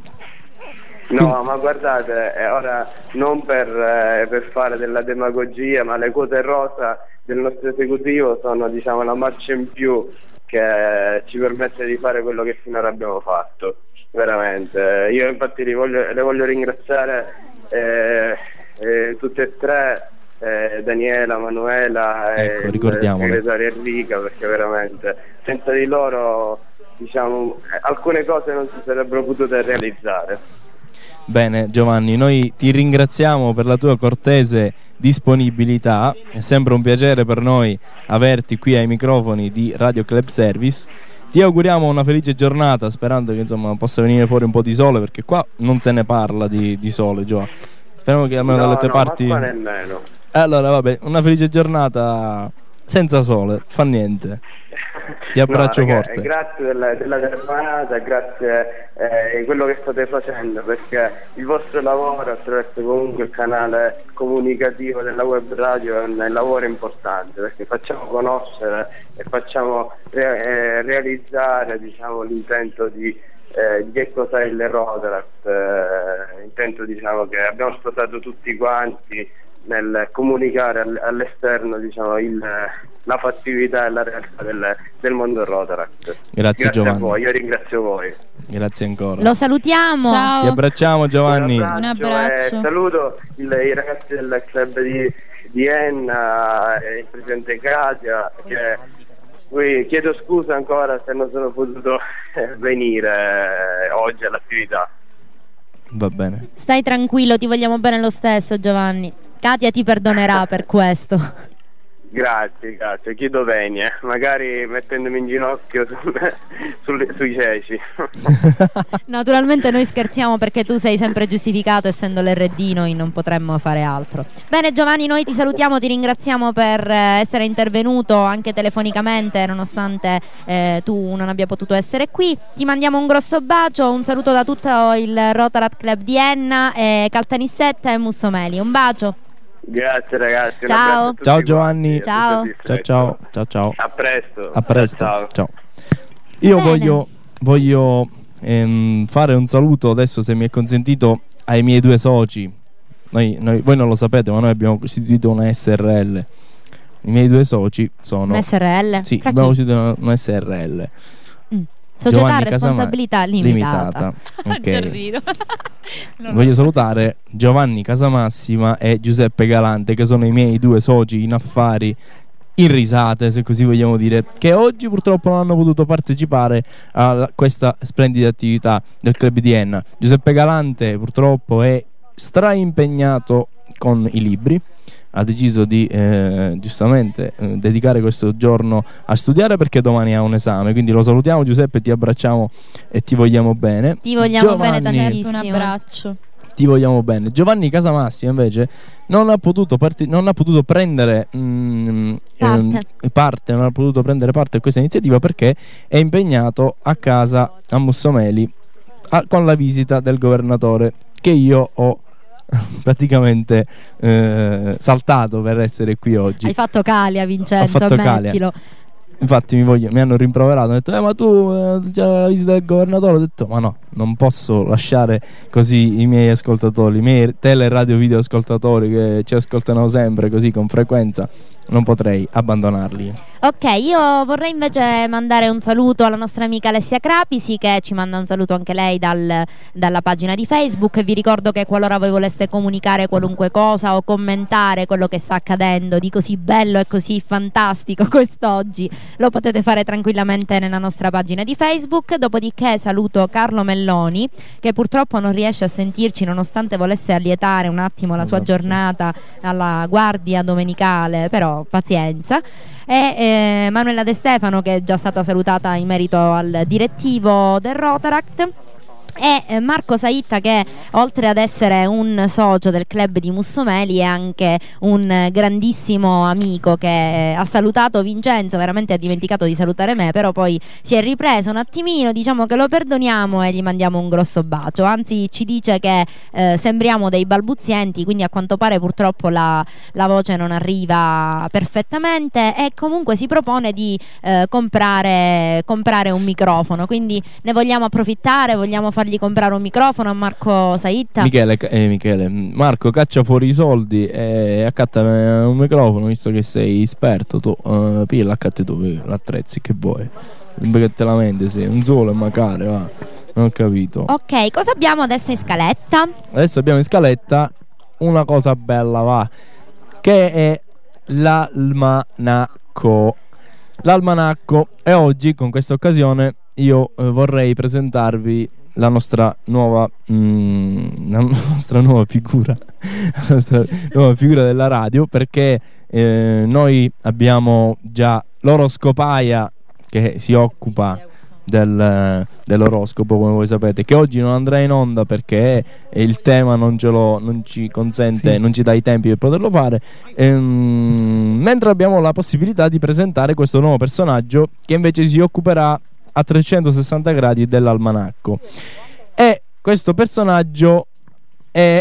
No, ma guardate, eh, ora non per, eh, per fare della demagogia, ma le quote rosa del nostro esecutivo sono, diciamo, la marcia in più che ci permette di fare quello che finora abbiamo fatto, veramente. Io infatti le voglio, le voglio ringraziare eh, eh, tutte e tre, eh, Daniela, Manuela ecco, e il segretario Enrica, perché veramente senza di loro, diciamo, alcune cose non si sarebbero potute realizzare. Bene Giovanni, noi ti ringraziamo per la tua cortese disponibilità, è sempre un piacere per noi averti qui ai microfoni di Radio Club Service. Ti auguriamo una felice giornata, sperando che insomma possa venire fuori un po' di sole, perché qua non se ne parla di, di sole, Gio. Speriamo che almeno no, dalle tue no, parti ma qua nemmeno. Allora vabbè, una felice giornata senza sole, fa niente. Ti abbraccio no, forte. Grazie della, della telefonata, grazie eh, di quello che state facendo, perché il vostro lavoro attraverso comunque il canale comunicativo della web radio è un lavoro importante, perché facciamo conoscere e facciamo re- eh, realizzare, diciamo, l'intento di, eh, di che cos'è il Rotaract, eh, intento, diciamo, che abbiamo sposato tutti quanti nel comunicare all'esterno, diciamo, il, la fattività e la realtà del, del mondo Rotaract. Grazie, Grazie Giovanni. a voi, io ringrazio voi. Grazie ancora. Lo salutiamo. Ciao. Ti abbracciamo Giovanni. Un abbraccio, Un abbraccio. E saluto il, i ragazzi del club di, di Enna e il presidente Katia, che qui chiedo scusa ancora se non sono potuto venire oggi all'attività. Va bene. Stai tranquillo, ti vogliamo bene lo stesso, Giovanni. Katia ti perdonerà per questo. Grazie, grazie, chiedo venia, magari mettendomi in ginocchio su, sul- sui ceci. Naturalmente noi scherziamo perché tu sei sempre giustificato, essendo l'R D noi non potremmo fare altro. Bene Giovanni, noi ti salutiamo, ti ringraziamo per eh, essere intervenuto anche telefonicamente nonostante eh, tu non abbia potuto essere qui. Ti mandiamo un grosso bacio, un saluto da tutto il Rotaract Club di Enna, eh, Caltanissetta e Mussomeli, un bacio. Grazie ragazzi. un Ciao. abbraccio a tutti Ciao Giovanni. quanti, a Ciao. tutto il Ciao distretto. ciao ciao ciao. A presto. A presto. Ciao. Ciao. Io Bene. voglio voglio ehm, fare un saluto adesso, se mi è consentito, ai miei due soci. Noi, noi- voi non lo sapete, ma noi abbiamo costituito una S R L. I miei due soci sono Un S R L? Sì, Fra abbiamo chi? costituito una, una S R L. Mm. Società a Giovanni responsabilità Casama- limitata. Ok. Già rido. Non Voglio salutare Giovanni Casamassima e Giuseppe Galante, che sono i miei due soci in affari, in risate, se così vogliamo dire, che oggi purtroppo non hanno potuto partecipare a questa splendida attività del Club di Enna. Giuseppe Galante purtroppo è straimpegnato con i libri, ha deciso di eh, giustamente eh, dedicare questo giorno a studiare perché domani ha un esame, quindi lo salutiamo Giuseppe, ti abbracciamo e ti vogliamo bene. Ti vogliamo Giovanni, bene tantissimo. Un abbraccio. ti vogliamo bene. Giovanni Casamassima invece non ha potuto, parti- non ha potuto prendere mm, Parte. ehm, parte, non ha potuto prendere parte a questa iniziativa perché è impegnato a casa a Mussomeli a- con la visita del governatore, che io ho praticamente eh, saltato per essere qui oggi. Hai fatto Calia, Vincenzo, Ho fatto Calia. ammettilo. Infatti mi, voglio- mi hanno rimproverato, hanno detto eh ma tu eh, c'è la visita del governatore, ho detto ma no, non posso lasciare così i miei ascoltatori, i miei tele, radio, video ascoltatori che ci ascoltano sempre così con frequenza, non potrei abbandonarli. Ok, io vorrei invece mandare un saluto alla nostra amica Alessia Crapisi, che ci manda un saluto anche lei dal- dalla pagina di Facebook. Vi ricordo che qualora voi voleste comunicare qualunque cosa o commentare quello che sta accadendo di così bello e così fantastico quest'oggi, lo potete fare tranquillamente nella nostra pagina di Facebook. Dopodiché saluto Carlo Melloni, che purtroppo non riesce a sentirci nonostante volesse allietare un attimo la sua giornata alla guardia domenicale, però pazienza. E eh, Manuela De Stefano, che è già stata salutata in merito al direttivo del Rotaract, e eh, Marco Saitta, che oltre ad essere un socio del club di Mussomeli è anche un eh, grandissimo amico, che eh, ha salutato Vincenzo, veramente ha dimenticato di salutare me, però poi si è ripreso un attimino, diciamo che lo perdoniamo e gli mandiamo un grosso bacio, anzi ci dice che eh, sembriamo dei balbuzienti, quindi a quanto pare purtroppo la, la voce non arriva perfettamente, e comunque si propone di eh, comprare, comprare un microfono, quindi ne vogliamo approfittare, vogliamo fargli comprare un microfono a Marco Saitta. Michele, eh, Michele, Marco caccia fuori i soldi e accatta eh, un microfono, visto che sei esperto tu, uh, pilla, accatti tu eh, l'attrezzi che vuoi, perché te la mente sei un solo e macare, va. Non ho capito. Ok, cosa abbiamo adesso in scaletta? Adesso abbiamo in scaletta una cosa bella, va, che è l'almanacco. L'almanacco, e oggi con questa occasione io eh, vorrei presentarvi la nostra nuova mm, la nostra nuova figura la nostra nuova figura della radio, perché eh, noi abbiamo già l'oroscopaia che si occupa del, dell'oroscopo, come voi sapete, che oggi non andrà in onda perché il tema non ce lo non ci consente, Sì. non ci dà i tempi per poterlo fare, ehm, mentre abbiamo la possibilità di presentare questo nuovo personaggio che invece si occuperà a trecentosessanta gradi dell'almanacco, e questo personaggio è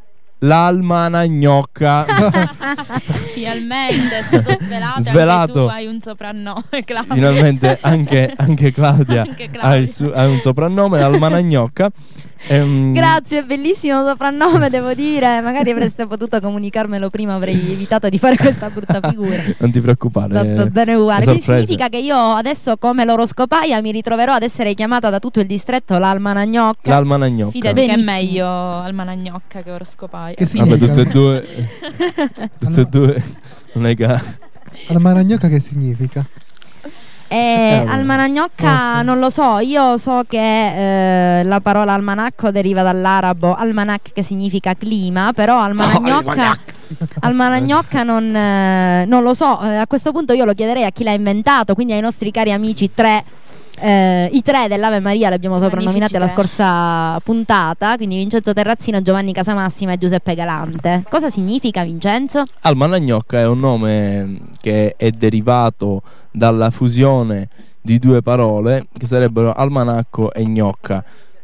l'almanagnocca. Finalmente è stato svelato, Svelato. Anche tu hai un soprannome, Claudia. Finalmente anche, anche Claudia, Anche Claudia. Ha, il su- ha un soprannome, l'almanagnocca. Ehm, Grazie, bellissimo soprannome, devo dire. Magari avreste potuto comunicarmelo prima, avrei evitato di fare questa brutta figura. Non ti preoccupare, Va va bene uguale. è Quindi sorpresa. significa che io adesso, come l'oroscopaia, mi ritroverò ad essere chiamata da tutto il distretto l'almanagnocca. L'almanagnocca. Fidati che è Benissimo. meglio almanagnocca che oroscopaia. Che Vabbè, significa? tutte e due, tutte e due non è che Almanagnocca che significa? E almanagnocca non lo so, io so che eh, la parola almanacco deriva dall'arabo almanac, che significa clima, però almanagnocca, almanagnocca non, eh, non lo so. Eh, a questo punto io lo chiederei a chi l'ha inventato, quindi ai nostri cari amici tre. Eh, i tre dell'Ave Maria li abbiamo soprannominati la scorsa puntata, quindi Vincenzo Terrazzino, Giovanni Casamassima e Giuseppe Galante. Cosa significa, Vincenzo? Almanagnocca è un nome che è derivato dalla fusione di due parole che sarebbero almanacco e gnocca.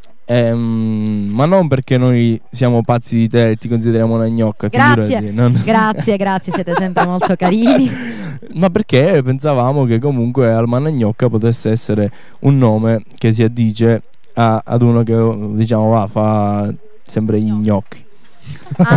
Ehm, ma non perché noi siamo pazzi di te e ti consideriamo una gnocca. Grazie, non... grazie, grazie, siete sempre molto carini. Ma perché pensavamo che comunque almanagnocca potesse essere un nome che si addice a, ad uno che, diciamo, va, fa sempre gli gnocchi. Ah.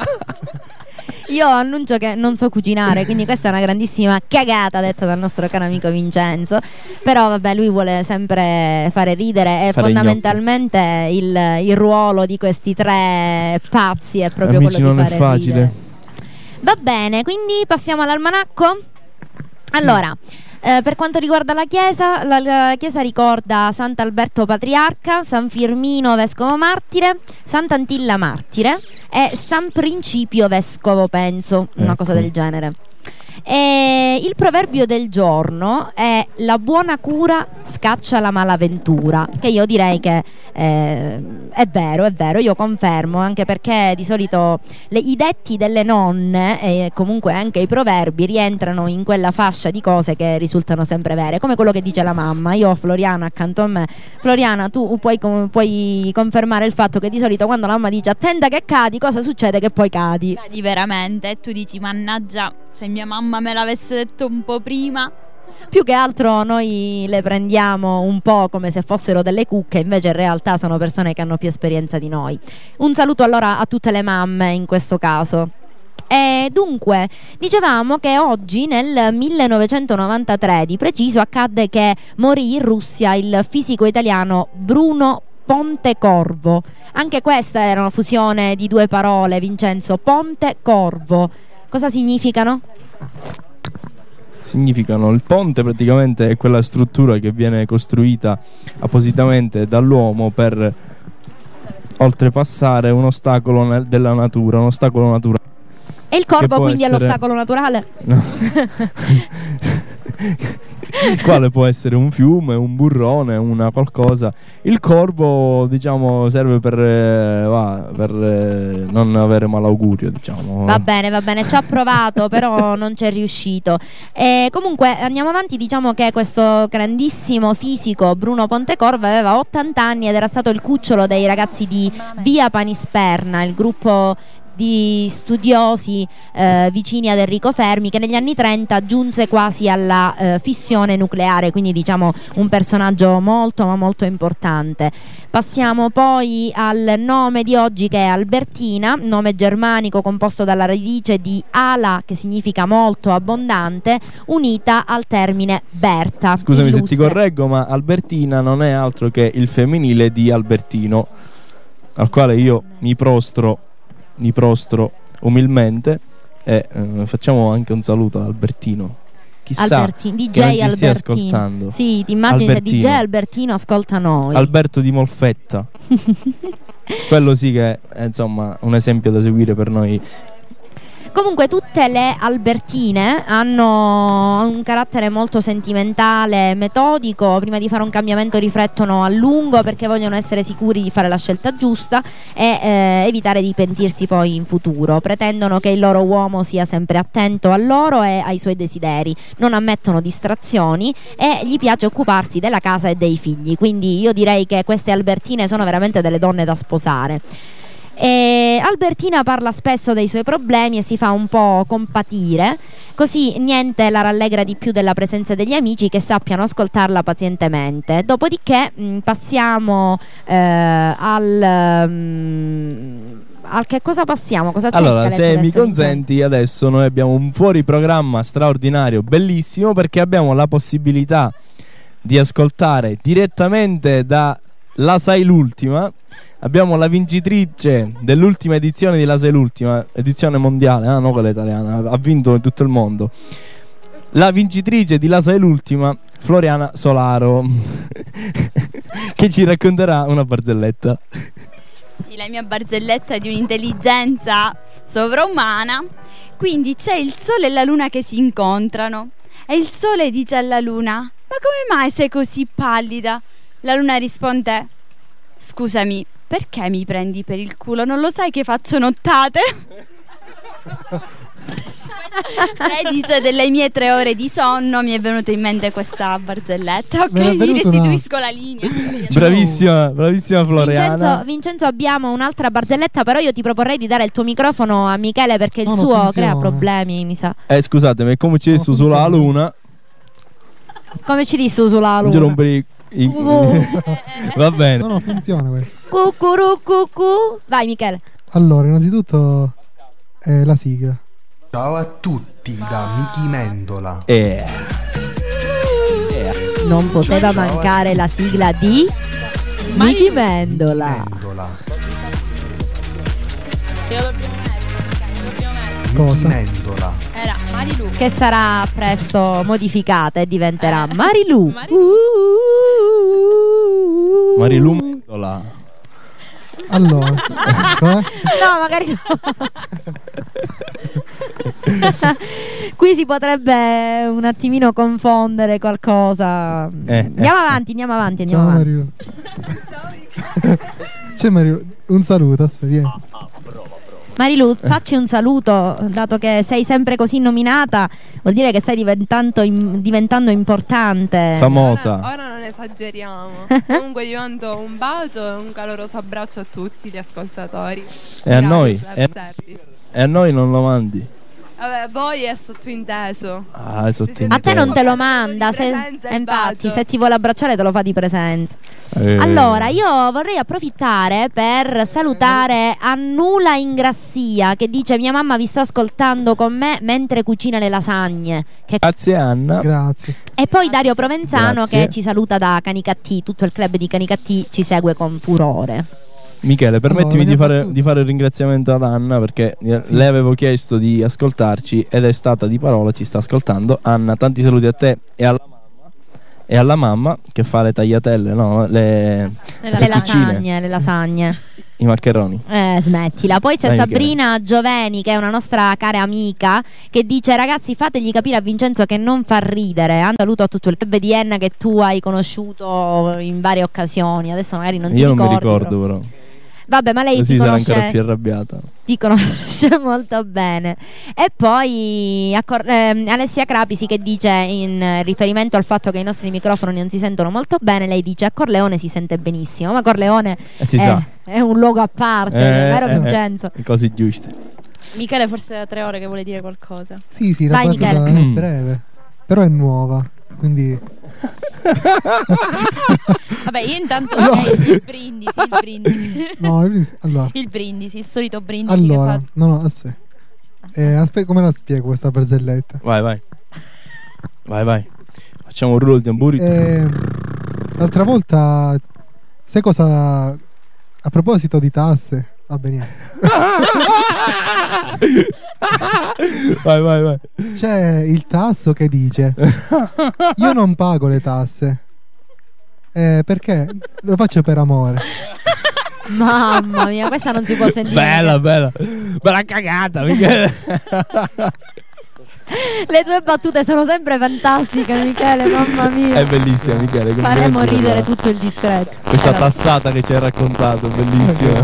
Io annuncio che non so cucinare, quindi questa è una grandissima cagata detta dal nostro caro amico Vincenzo. Però vabbè, lui vuole sempre fare ridere e fare fondamentalmente il, il ruolo di questi tre pazzi è proprio Amici, quello di non fare è facile ridere. Va bene, quindi passiamo all'almanacco. Allora, eh, per quanto riguarda la chiesa, la, la chiesa ricorda Sant'Alberto Patriarca, San Firmino Vescovo Martire, Sant'Antilla Martire e San Principio Vescovo, penso, una Ecco. cosa del genere. E il proverbio del giorno è: la buona cura scaccia la malaventura, che io direi che eh, è vero, è vero, io confermo, anche perché di solito le, i detti delle nonne e comunque anche i proverbi rientrano in quella fascia di cose che risultano sempre vere, come quello che dice la mamma. Io ho Floriana accanto a me. Floriana, tu puoi, com- puoi confermare il fatto che di solito quando la mamma dice attenta che cadi, cosa succede? Che poi cadi. Cadi veramente e tu dici mannaggia, se mia mamma me l'avesse detto un po' prima. Più che altro noi le prendiamo un po' come se fossero delle cucche, invece in realtà sono persone che hanno più esperienza di noi. Un saluto allora a tutte le mamme in questo caso. E dunque, dicevamo che oggi nel millenovecentonovantatré di preciso accadde che morì in Russia il fisico italiano Bruno Pontecorvo. Anche questa era una fusione di due parole, Vincenzo. Ponte-Corvo. Cosa significano? Significano, il ponte praticamente è quella struttura che viene costruita appositamente dall'uomo per oltrepassare un ostacolo nel, della natura, un ostacolo naturale. E il corvo quindi essere... è l'ostacolo naturale? No. Quale può essere un fiume, un burrone, una qualcosa. Il corvo, diciamo, serve per, eh, va, per eh, non avere malaugurio, diciamo. Va bene, va bene, ci ha provato, però non ci è riuscito. E comunque andiamo avanti, diciamo che questo grandissimo fisico Bruno Pontecorvo aveva ottanta anni ed era stato il cucciolo dei ragazzi di Via Panisperna, il gruppo di studiosi eh, vicini ad Enrico Fermi, che negli anni trenta giunse quasi alla eh, fissione nucleare, quindi diciamo un personaggio molto ma molto importante. Passiamo poi al nome di oggi, che è Albertina, nome germanico composto dalla radice di ala, che significa molto, abbondante, unita al termine Berta. Scusami illustre. se ti correggo, ma Albertina non è altro che il femminile di Albertino, al quale io mi prostro mi prostro umilmente e eh, facciamo anche un saluto a Albertino. Chissà Albertino, D J che non ci stia Albertino. ascoltando. Sì, ti immagini Albertino. se D J Albertino ascolta noi. Alberto di Molfetta. Quello sì che è, insomma, un esempio da seguire per noi. Comunque tutte le Albertine hanno un carattere molto sentimentale, metodico. Prima di fare un cambiamento riflettono a lungo, perché vogliono essere sicuri di fare la scelta giusta e eh, evitare di pentirsi poi in futuro. Pretendono che il loro uomo sia sempre attento a loro e ai suoi desideri, non ammettono distrazioni e gli piace occuparsi della casa e dei figli. Quindi io direi che queste Albertine sono veramente delle donne da sposare. E Albertina parla spesso dei suoi problemi e si fa un po' compatire, così niente la rallegra di più della presenza degli amici che sappiano ascoltarla pazientemente. Dopodiché mh, passiamo eh, al... Mh, al che cosa passiamo? Cosa c'è? Allora, se adesso, mi consenti, Vincenzo? adesso noi abbiamo un fuori programma straordinario, bellissimo, perché abbiamo la possibilità di ascoltare direttamente da La Sai l'Ultima. Abbiamo la vincitrice dell'ultima edizione di La Sei l'Ultima, edizione mondiale, ah, no quella italiana, ha vinto in tutto il mondo. la vincitrice di La Sai l'ultima, Floriana Solaro, che ci racconterà una barzelletta. Sì, la mia barzelletta è di un'intelligenza sovraumana. Quindi c'è il sole e la luna che si incontrano e il sole dice alla luna: ma come mai sei così pallida? La luna risponde: scusami, perché mi prendi per il culo? Non lo sai che faccio nottate? Lei dice: delle mie tre ore di sonno mi è venuta in mente questa barzelletta. Ok, mi restituisco una... la linea. Bravissima, bravissima Floriana. Vincenzo, Vincenzo, abbiamo un'altra barzelletta, però io ti proporrei di dare il tuo microfono a Michele perché il no, suo funziona. crea problemi, mi sa. Eh scusatemi, come ci disso no, sulla luna? Come ci disso sulla Non ci luna? rompere i... i... Uh. Va bene. No, no, funziona questo. Cucuru cucù. Vai Michele. Allora, innanzitutto eh, la sigla. Ciao a tutti da Michi Mendola. Eh. Non poteva Ciao, ciao. mancare la sigla di Michi Mendola. Mendola. Cosa? Mendola. Era Marilu. Che sarà presto modificata e diventerà Marilu. Marilu Mendola. Allora, No, magari no. Qui si potrebbe un attimino confondere qualcosa. Eh, Andiamo eh. avanti, andiamo avanti, andiamo ciao avanti. Marilu. C'è Marilu, un saluto, aspetta, vieni. Marilu, facci un saluto, dato che sei sempre così nominata, vuol dire che stai diventando, im- diventando importante. Famosa. Ora, ora non esageriamo. Comunque io mando un bacio e un caloroso abbraccio a tutti gli ascoltatori. E a noi? Club E, Service. e a noi non lo mandi? Vabbè, voi è sottointeso. Ah, è sottinteso. A te non te lo manda, se, presenza e eh, infatti, bacio. se ti vuole abbracciare te lo fa di presenza. Eh. Allora, io vorrei approfittare per salutare Annula Ingrassia che dice: mia mamma vi sta ascoltando con me mentre cucina le lasagne. Che... Grazie Anna. Grazie. E poi Dario Provenzano Grazie. che ci saluta da Canicattì. Tutto il club di Canicattì ci segue con furore. Michele, permettimi Allora, di, fare, battuta. di fare il ringraziamento ad Anna perché Sì. le avevo chiesto di ascoltarci ed è stata di parola, ci sta ascoltando. Anna, tanti saluti a te e alla mamma, e alla mamma che fa le tagliatelle, no? Le, Le fettuccine, lasagne, le lasagne. i maccheroni. Eh, smettila. Poi c'è Dai, Sabrina Gioveni, che è una nostra cara amica, che dice: ragazzi, fategli capire a Vincenzo che non fa ridere. Un saluto a tutto il club di Enna che tu hai conosciuto in varie occasioni. Adesso magari non ti Io non ricordi. mi ricordo però. però. Vabbè, ma lei Così ti sarà ancora più conosce, arrabbiata. ti conosce molto bene. E poi a Cor- ehm, Alessia Crapisi che dice, in riferimento al fatto che i nostri microfoni non si sentono molto bene, lei dice: a Corleone si sente benissimo. Ma Corleone Eh, si è, sa. è un luogo a parte, Eh, vero eh, Vincenzo? eh, cose giuste. Michele forse da tre ore che vuole dire qualcosa. Sì, sì, la Vai, battuta Michele. è Mm. breve, però è nuova, quindi Vabbè, io intanto No. eh, il brindisi, il brindisi. no, il- allora, Il brindisi, il solito brindisi allora, che no, no, aspetta. Eh, aspetta, come la spiego questa barzelletta? Vai, vai. Vai, vai. Facciamo un rullo di tamburi. Eh, l'altra volta, sai cosa? A proposito di tasse, va bene. Vai, vai, vai. C'è il tasso che dice: io non pago le tasse. Eh, perché? Lo faccio per amore. Mamma mia, questa non si può sentire. Bella, bella. Bella cagata, Michele. Le tue battute sono sempre fantastiche, Michele, mamma mia. È bellissima, Michele. Faremo complimenti per ridere la- tutto il distretto. Questa Allora, tassata che ci hai raccontato, bellissima.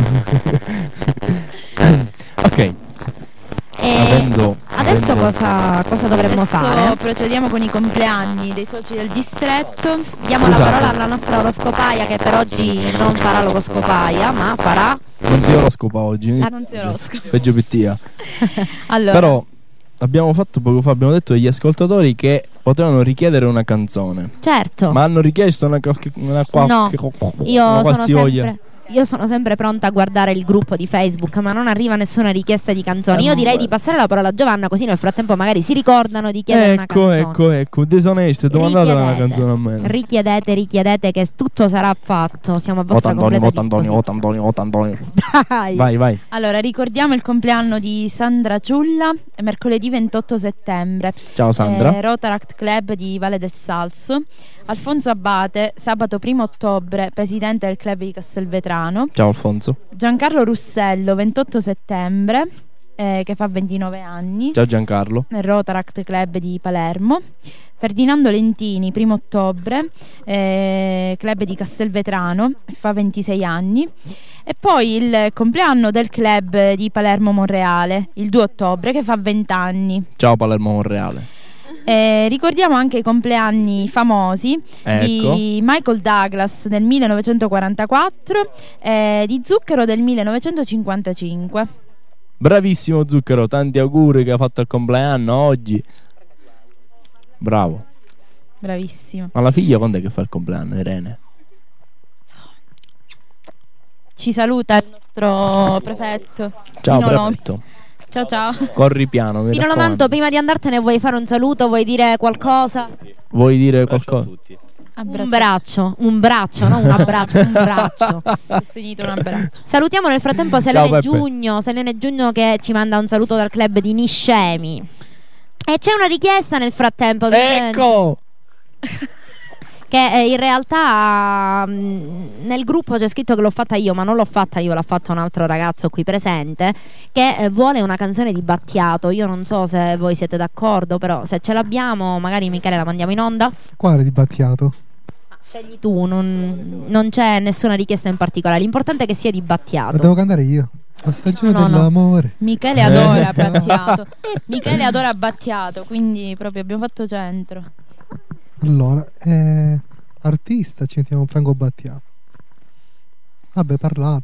Ok. e Avendo, adesso avendo- cosa, cosa dovremmo Adesso fare? procediamo con i compleanni dei soci del distretto. Diamo Scusate. la parola alla nostra oroscopaia che per oggi non farà l'oroscopaia, ma farà Non si oroscopa oggi. Non si oroscopa. Peggio pittia. Allora, Però abbiamo fatto poco fa, abbiamo detto agli ascoltatori che potevano richiedere una canzone. certo. Ma hanno richiesto una, qualche- una No, qualche- io una sono qualsivoglia. sempre io sono sempre pronta a guardare il gruppo di Facebook, ma non arriva nessuna richiesta di canzoni. Io direi di passare la parola a Giovanna, così nel frattempo magari si ricordano di chiedere una Ecco, canzone. ecco, ecco, disoneste, domandatela una Richiedete. canzone a me. Richiedete, richiedete che tutto sarà fatto. Siamo a vostra Ota Antonio, completa Ota Antonio, disposizione. Ota Antonio, Ota Antonio. Dai. Vai, vai. Allora, ricordiamo il compleanno di Sandra Ciulla, è mercoledì ventotto settembre. Ciao, Sandra. Eh, Rotaract Club di Valle del Salso. Alfonso Abate, sabato primo ottobre, presidente del club di Castelvetrano. Ciao Alfonso. Giancarlo Russello, ventotto settembre, eh, che fa ventinove anni. Ciao Giancarlo. Nel Rotaract Club di Palermo. Ferdinando Lentini, primo ottobre, eh, club di Castelvetrano, fa ventisei anni. E poi il compleanno del club di Palermo Monreale, il due ottobre, che fa venti anni. Ciao Palermo Monreale. Eh, ricordiamo anche i compleanni famosi Ecco. di Michael Douglas del millenovecentoquarantaquattro e di Zucchero del millenovecentocinquantacinque. Bravissimo Zucchero, tanti auguri, che ha fatto il compleanno oggi. Bravo. Bravissimo. Ma la figlia quando è che fa il compleanno, Irene? Ci saluta il nostro prefetto. Ciao Pino Lo- prefetto. Ciao ciao. Corri piano, mi Pino raccomando. Lomanto, prima di andartene vuoi fare un saluto? Vuoi dire qualcosa? Vuoi dire qualcosa? Un braccio, un braccio, non un abbraccio, un braccio. È finito un abbraccio. Salutiamo nel frattempo Ciao, Selene Peppe. Giugno, Selene Giugno che ci manda un saluto dal club di Niscemi. E c'è una richiesta nel frattempo, Vincenzo, Ecco! che eh, in realtà mh, nel gruppo c'è scritto che l'ho fatta io, ma non l'ho fatta io, l'ha fatto un altro ragazzo qui presente che eh, vuole una canzone di Battiato. Io non so se voi siete d'accordo, però se ce l'abbiamo magari Michele la mandiamo in onda. Quale di Battiato? Scegli tu, non, non c'è nessuna richiesta in particolare, l'importante è che sia di La Battiato. devo cantare io. La stagione No, no. dell'amore. Michele adora Battiato. Michele adora Battiato, quindi proprio abbiamo fatto centro. Allora, eh, artista ci mettiamo Franco Battiato. Vabbè, parlate.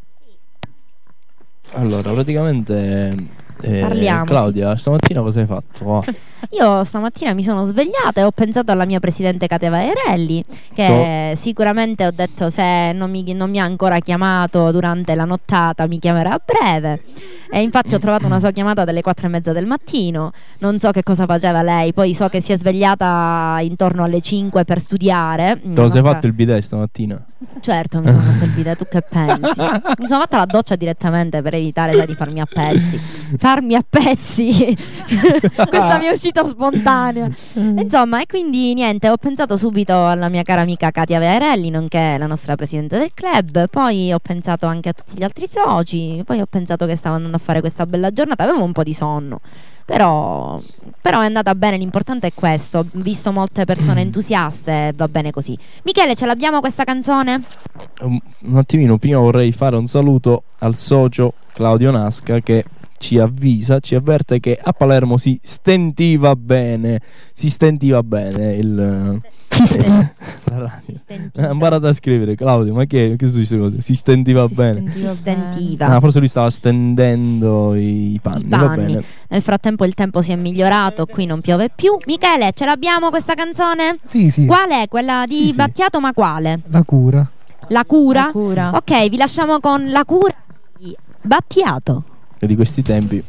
Allora, praticamente eh, Parliamo, Claudia, stamattina cosa hai fatto? Oh. Io stamattina mi sono svegliata e ho pensato alla mia presidente Cateva Erelli, che sicuramente ho detto se non mi, non mi ha ancora chiamato durante la nottata mi chiamerà a breve. E infatti ho trovato una sua chiamata delle quattro e mezza del mattino. Non so che cosa faceva lei, poi so che si è svegliata intorno alle cinque per studiare. Te lo Una sei stra- fatto il bidet stamattina? Certo, mi sono fatto il bidet, tu che pensi? Mi sono fatta la doccia direttamente per evitare sai, di farmi a pezzi. Farmi a pezzi. Questa mi è uscita spontanea. Insomma, e quindi niente, ho pensato subito alla mia cara amica Katia Verelli, nonché la nostra presidente del club. Poi ho pensato anche a tutti gli altri soci. Poi ho pensato che stavo andando a fare questa bella giornata. Avevo un po' di sonno. Però, però è andata bene, l'importante è questo. Ho visto molte persone entusiaste, va bene così. Michele, ce l'abbiamo questa canzone? Un, un attimino, prima vorrei fare un saluto al socio Claudio Nasca che ci avvisa, ci avverte che a Palermo si stentiva bene. Si stentiva bene il... Si stentiva. La radio. Ha imparato a scrivere, Claudio, ma che, che sono queste cose? Si stentiva Si bene. stentiva. Si stentiva. Ah, forse lui stava stendendo i panni, I va panni. bene. Nel frattempo il tempo si è migliorato, qui non piove più. Michele, ce l'abbiamo questa canzone? Sì, sì. Qual è? Quella di Sì, sì. Battiato, ma quale? La cura. La cura? La cura. Ok, vi lasciamo con La cura di Battiato. E di questi tempi.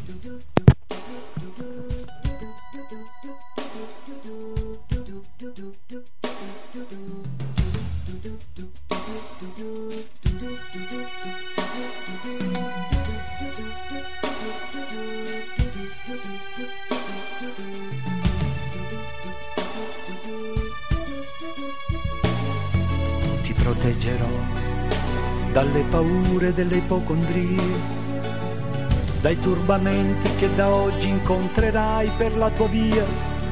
Ti proteggerò dalle paure delle ipocondrie, dai turbamenti che da oggi incontrerai per la tua via,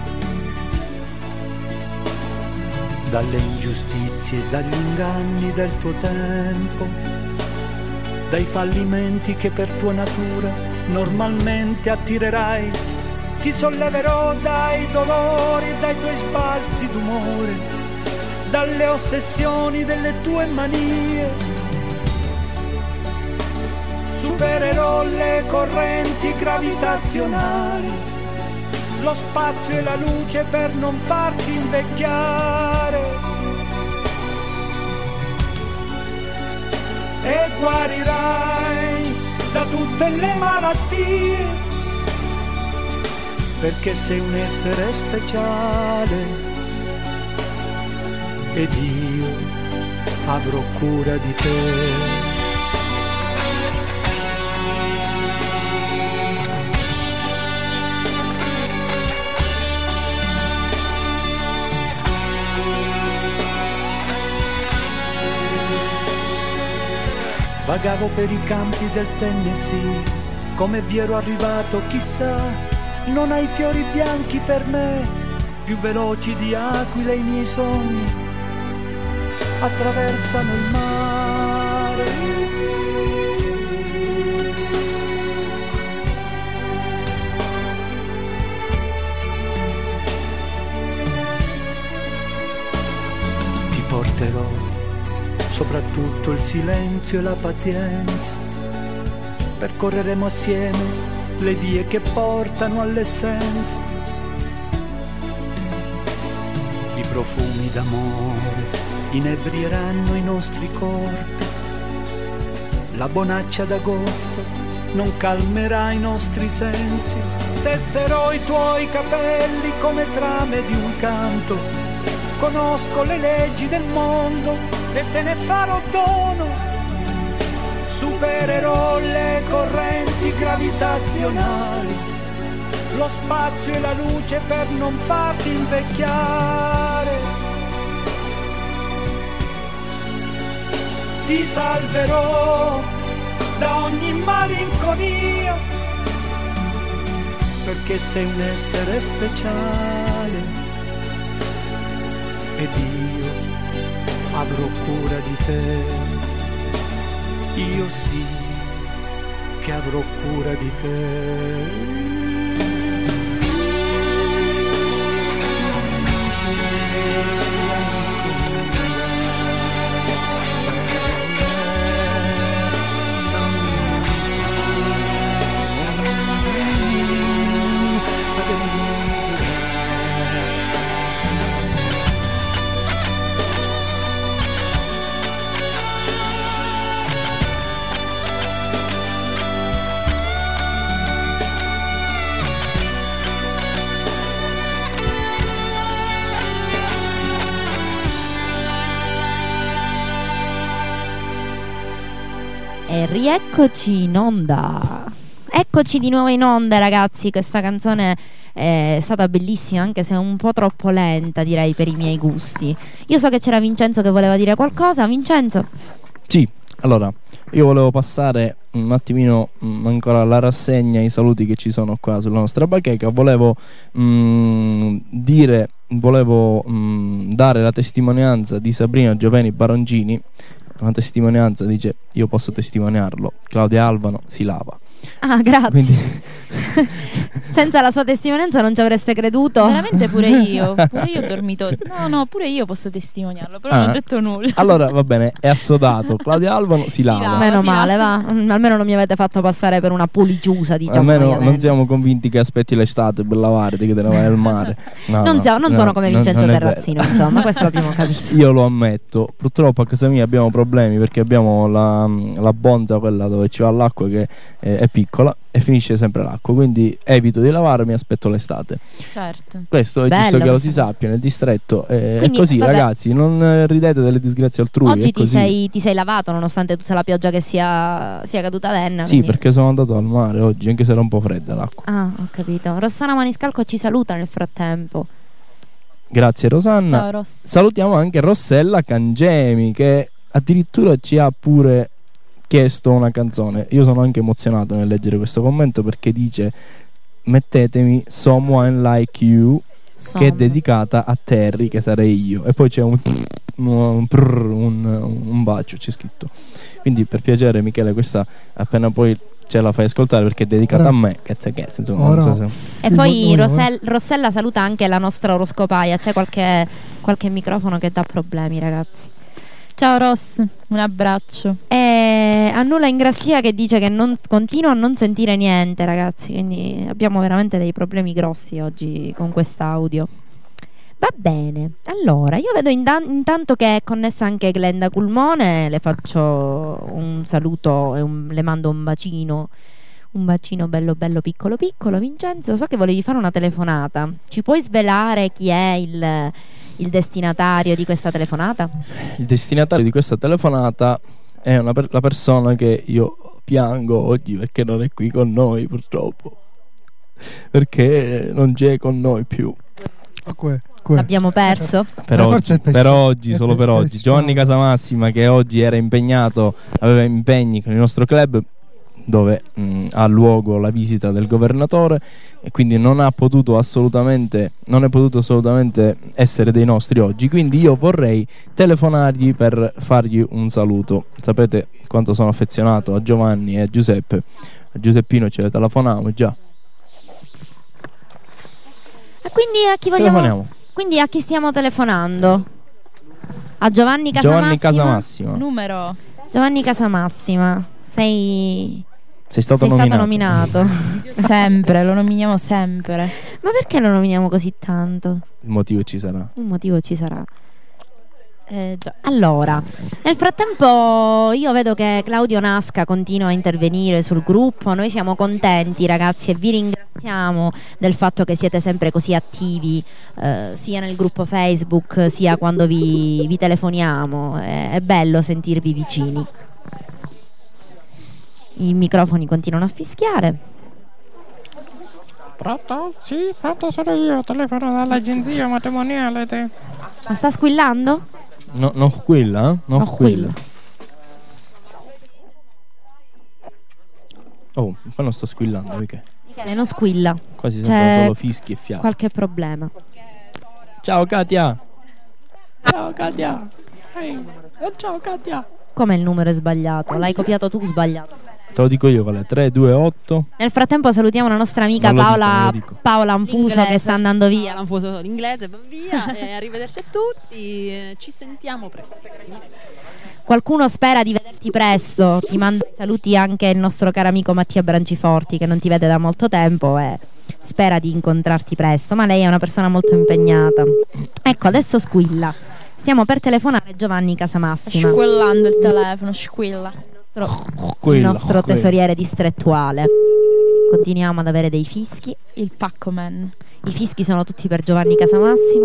dalle ingiustizie e dagli inganni del tuo tempo, dai fallimenti che per tua natura normalmente attirerai. Ti solleverò dai dolori e dai tuoi sbalzi d'umore, dalle ossessioni delle tue manie. Supererò le correnti gravitazionali, lo spazio e la luce per non farti invecchiare. guarirai da tutte le malattie, perché sei un essere speciale ed io avrò cura di te. Vagavo per i campi del Tennessee, come vi ero arrivato chissà, non hai fiori bianchi per me, più veloci di aquile i miei sogni, attraversano il mare. Ti porterò soprattutto il silenzio e la pazienza, percorreremo assieme le vie che portano all'essenza, i profumi d'amore inebrieranno i nostri corpi, la bonaccia d'agosto non calmerà i nostri sensi, tesserò i tuoi capelli come trame di un canto, conosco le leggi del mondo e te ne farò dono, supererò le correnti gravitazionali, lo spazio e la luce per non farti invecchiare. Ti salverò da ogni malinconia, perché sei un essere speciale ed io avrò cura di te, io sì che avrò cura di te. E rieccoci in onda. Eccoci di nuovo in onda, ragazzi. Questa canzone è stata bellissima, anche se un po' troppo lenta, direi, per i miei gusti. Io so che c'era Vincenzo che voleva dire qualcosa. Vincenzo? Sì, allora, io volevo passare un attimino mh, ancora alla rassegna, i saluti che ci sono qua sulla nostra bacheca. Volevo mh, dire, volevo mh, dare la testimonianza di Sabrina Gioveni Baroncini. Una testimonianza, dice, io posso testimoniarlo, Claudia Albano si lava. Ah, grazie. Quindi... Senza la sua testimonianza non ci avreste creduto? Veramente pure io. Pure io ho dormito. No, no, pure io posso testimoniarlo, però ah, non ho detto nulla. Allora va bene, è assodato. Claudia Albano si lava. lava Meno si male, lava. va. Mm, almeno non mi avete fatto passare per una puligiusa, diciamo. Almeno non siamo convinti che aspetti l'estate per lavarti, che te ne vai al mare. No, non no, siamo, non no, sono come non, Vincenzo non Terrazzino, insomma, questo l'abbiamo capito. Io lo ammetto. Purtroppo a casa mia abbiamo problemi perché abbiamo la, la bonza, quella dove ci va l'acqua, che è, è piccola e finisce sempre l'acqua, quindi evito di lavarmi, aspetto l'estate. Certo. Questo è Bello, giusto che lo questo. si sappia nel distretto, eh, Quindi, è così, vabbè. ragazzi, non eh, ridete delle disgrazie altrui. Oggi è ti così. sei, ti sei lavato nonostante tutta la pioggia che sia, sia caduta a Enna. Sì, quindi... perché sono andato al mare oggi, anche se era un po' fredda l'acqua. Ah, ho capito. Rossana Maniscalco ci saluta nel frattempo. Grazie Rosanna. Ciao, Ross. Salutiamo anche Rossella Cangemi, che addirittura ci ha pure chiesto una canzone. Io sono anche emozionato nel leggere questo commento, perché dice: mettetemi Someone Like You, Som. che è dedicata a Terry, che sarei io. E poi c'è un un, un, un bacio, c'è scritto. Quindi per piacere Michele, questa appena poi ce la fai ascoltare, perché è dedicata Ora. a me. Cazzo, cazzo, insomma, Ora. non so se... E Sì, poi voi, voi. Rosel- Rossella saluta anche la nostra oroscopaia. C'è qualche, qualche microfono che dà problemi, ragazzi. Ciao Ross, un abbraccio. E Annulla Ingrassia che dice che non, continua a non sentire niente, ragazzi. Quindi abbiamo veramente dei problemi grossi oggi con quest'audio. Va bene, allora io vedo indan- intanto che è connessa anche Glenda Culmone, le faccio un saluto e un- le mando un bacino, un bacino bello bello piccolo piccolo. Vincenzo, so che volevi fare una telefonata, ci puoi svelare chi è il, il destinatario di questa telefonata? Il destinatario di questa telefonata è una per- la persona che io piango oggi perché non è qui con noi, purtroppo, perché non c'è con noi più. Que, que. L'abbiamo perso? Per Eh, oggi, forse è per- per oggi, è solo per- per per oggi. Giovanni Casamassima, che oggi era impegnato, aveva impegni con il nostro club, dove mh, ha luogo la visita del governatore, e quindi non ha potuto assolutamente non è potuto assolutamente essere dei nostri oggi. Quindi io vorrei telefonargli per fargli un saluto. Sapete quanto sono affezionato a Giovanni e a Giuseppe. A Giuseppino ce le telefoniamo già. E quindi a chi vogliamo? Telefoniamo. Quindi a chi stiamo telefonando? A Giovanni Casamassima? Giovanni Casamassima. Numero. Giovanni Casamassima, sei Sei stato sei nominato. stato nominato. Sempre, lo nominiamo sempre. Ma perché lo nominiamo così tanto? Il motivo ci sarà. Un motivo ci sarà. Eh, già. Allora, nel frattempo io vedo che Claudio Nasca continua a intervenire sul gruppo. Noi siamo contenti, ragazzi, e vi ringraziamo del fatto che siete sempre così attivi, eh, sia nel gruppo Facebook sia quando vi, vi telefoniamo. È, è bello sentirvi vicini. I microfoni continuano a fischiare. Pronto? Sì, pronto, sono io, telefono dall'agenzia matrimoniale. Te. Ma sta squillando? No, non quella, eh? Non No, quella. Oh, poi non sto squillando, perché? Michele, non squilla. Qua si C'è sentono solo fischi e fiaschi. qualche problema. Ciao Katia. Ciao Katia. Ehi, eh, ciao Katia. Come il numero è sbagliato? L'hai copiato tu sbagliato. Te lo dico io qual è? tre due otto. Nel frattempo salutiamo la nostra amica Non lo dico, Paola, non lo dico. Paola Anfuso, che sta andando via. L'anfuso l'inglese va via. E arrivederci a tutti. eh, Ci sentiamo prestissimo. Qualcuno spera di vederti presto. Ti manda i saluti anche il nostro caro amico Mattia Branciforti, che non ti vede da molto tempo e spera di incontrarti presto. Ma lei è una persona molto impegnata. Ecco, adesso squilla. Stiamo per telefonare Giovanni Casamassima, Squillando il telefono, squilla. il Quella, nostro quella. tesoriere distrettuale. Continuiamo ad avere dei fischi. Il pacco man. I fischi sono tutti per Giovanni Casamassima.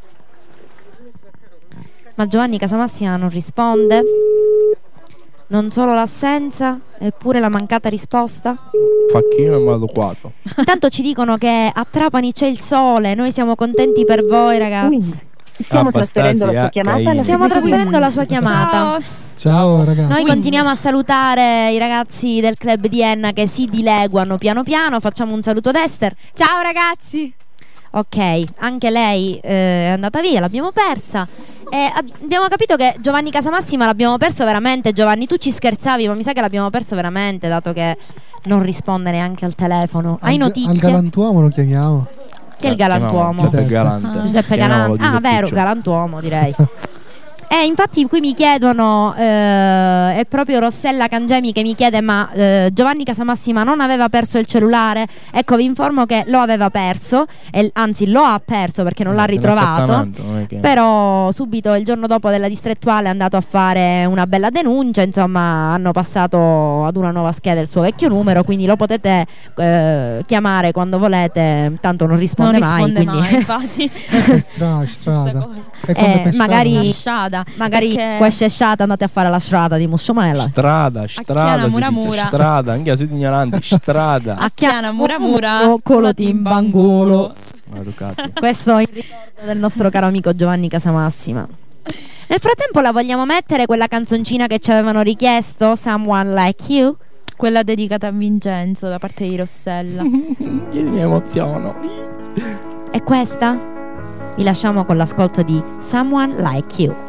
Ma Giovanni Casamassima non risponde. Non solo l'assenza, eppure la mancata risposta. Facchino maleducato. Intanto ci dicono che a Trapani c'è il sole. Noi siamo contenti per voi, ragazzi. Stiamo trasferendo la sua chiamata. Stiamo trasferendo la sua chiamata. Ciao. Ciao ragazzi. Noi continuiamo a salutare i ragazzi del club di Enna che si dileguano piano piano. Facciamo un saluto ad Esther. Ciao ragazzi! Ok, anche lei eh, è andata via, l'abbiamo persa. E abbiamo capito che Giovanni Casamassima l'abbiamo perso veramente. Giovanni, tu ci scherzavi, ma mi sa che l'abbiamo perso veramente, dato che non risponde neanche al telefono. Hai Al- notizie? Al galantuomo lo chiamiamo. Chi è il galantuomo? Giuseppe Galante. Ah. Giuseppe Chiamiamolo Galante. Ah, Giuseppiccio. vero, galantuomo direi. Eh, infatti qui mi chiedono, eh, è proprio Rossella Cangemi che mi chiede: ma eh, Giovanni Casamassima non aveva perso il cellulare? Ecco, vi informo che lo aveva perso, e, anzi lo ha perso perché non l'ha Se n'è ritrovato. accattanato, non è che- Però subito il giorno dopo della distrettuale è andato a fare una bella denuncia. Insomma, hanno passato ad una nuova scheda il suo vecchio numero, quindi lo potete eh, chiamare quando volete, tanto non risponde, Non risponde mai, mai, quindi infatti. È stra- strada. È come Eh, per magari, La sciada, magari perché- questa sciata andate a fare la strada di Mussomella. Strada, strada, si mura dice, mura. strada, anche se siete ignoranti, strada. A Chiana mura mura. Colo timbangolo. Maleducati. Questo in ricordo del nostro caro amico Giovanni Casamassima. Nel frattempo la vogliamo mettere quella canzoncina che ci avevano richiesto, Someone Like You? Quella dedicata a Vincenzo da parte di Rossella. Io mi emoziono. È questa? Vi lasciamo con l'ascolto di Someone Like You.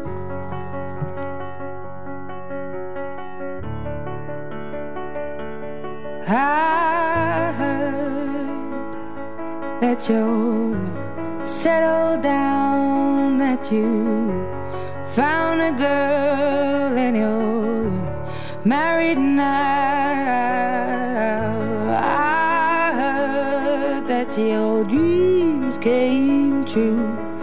I heard that you're settled down, that you found a girl and you're married now. I heard that your dreams came true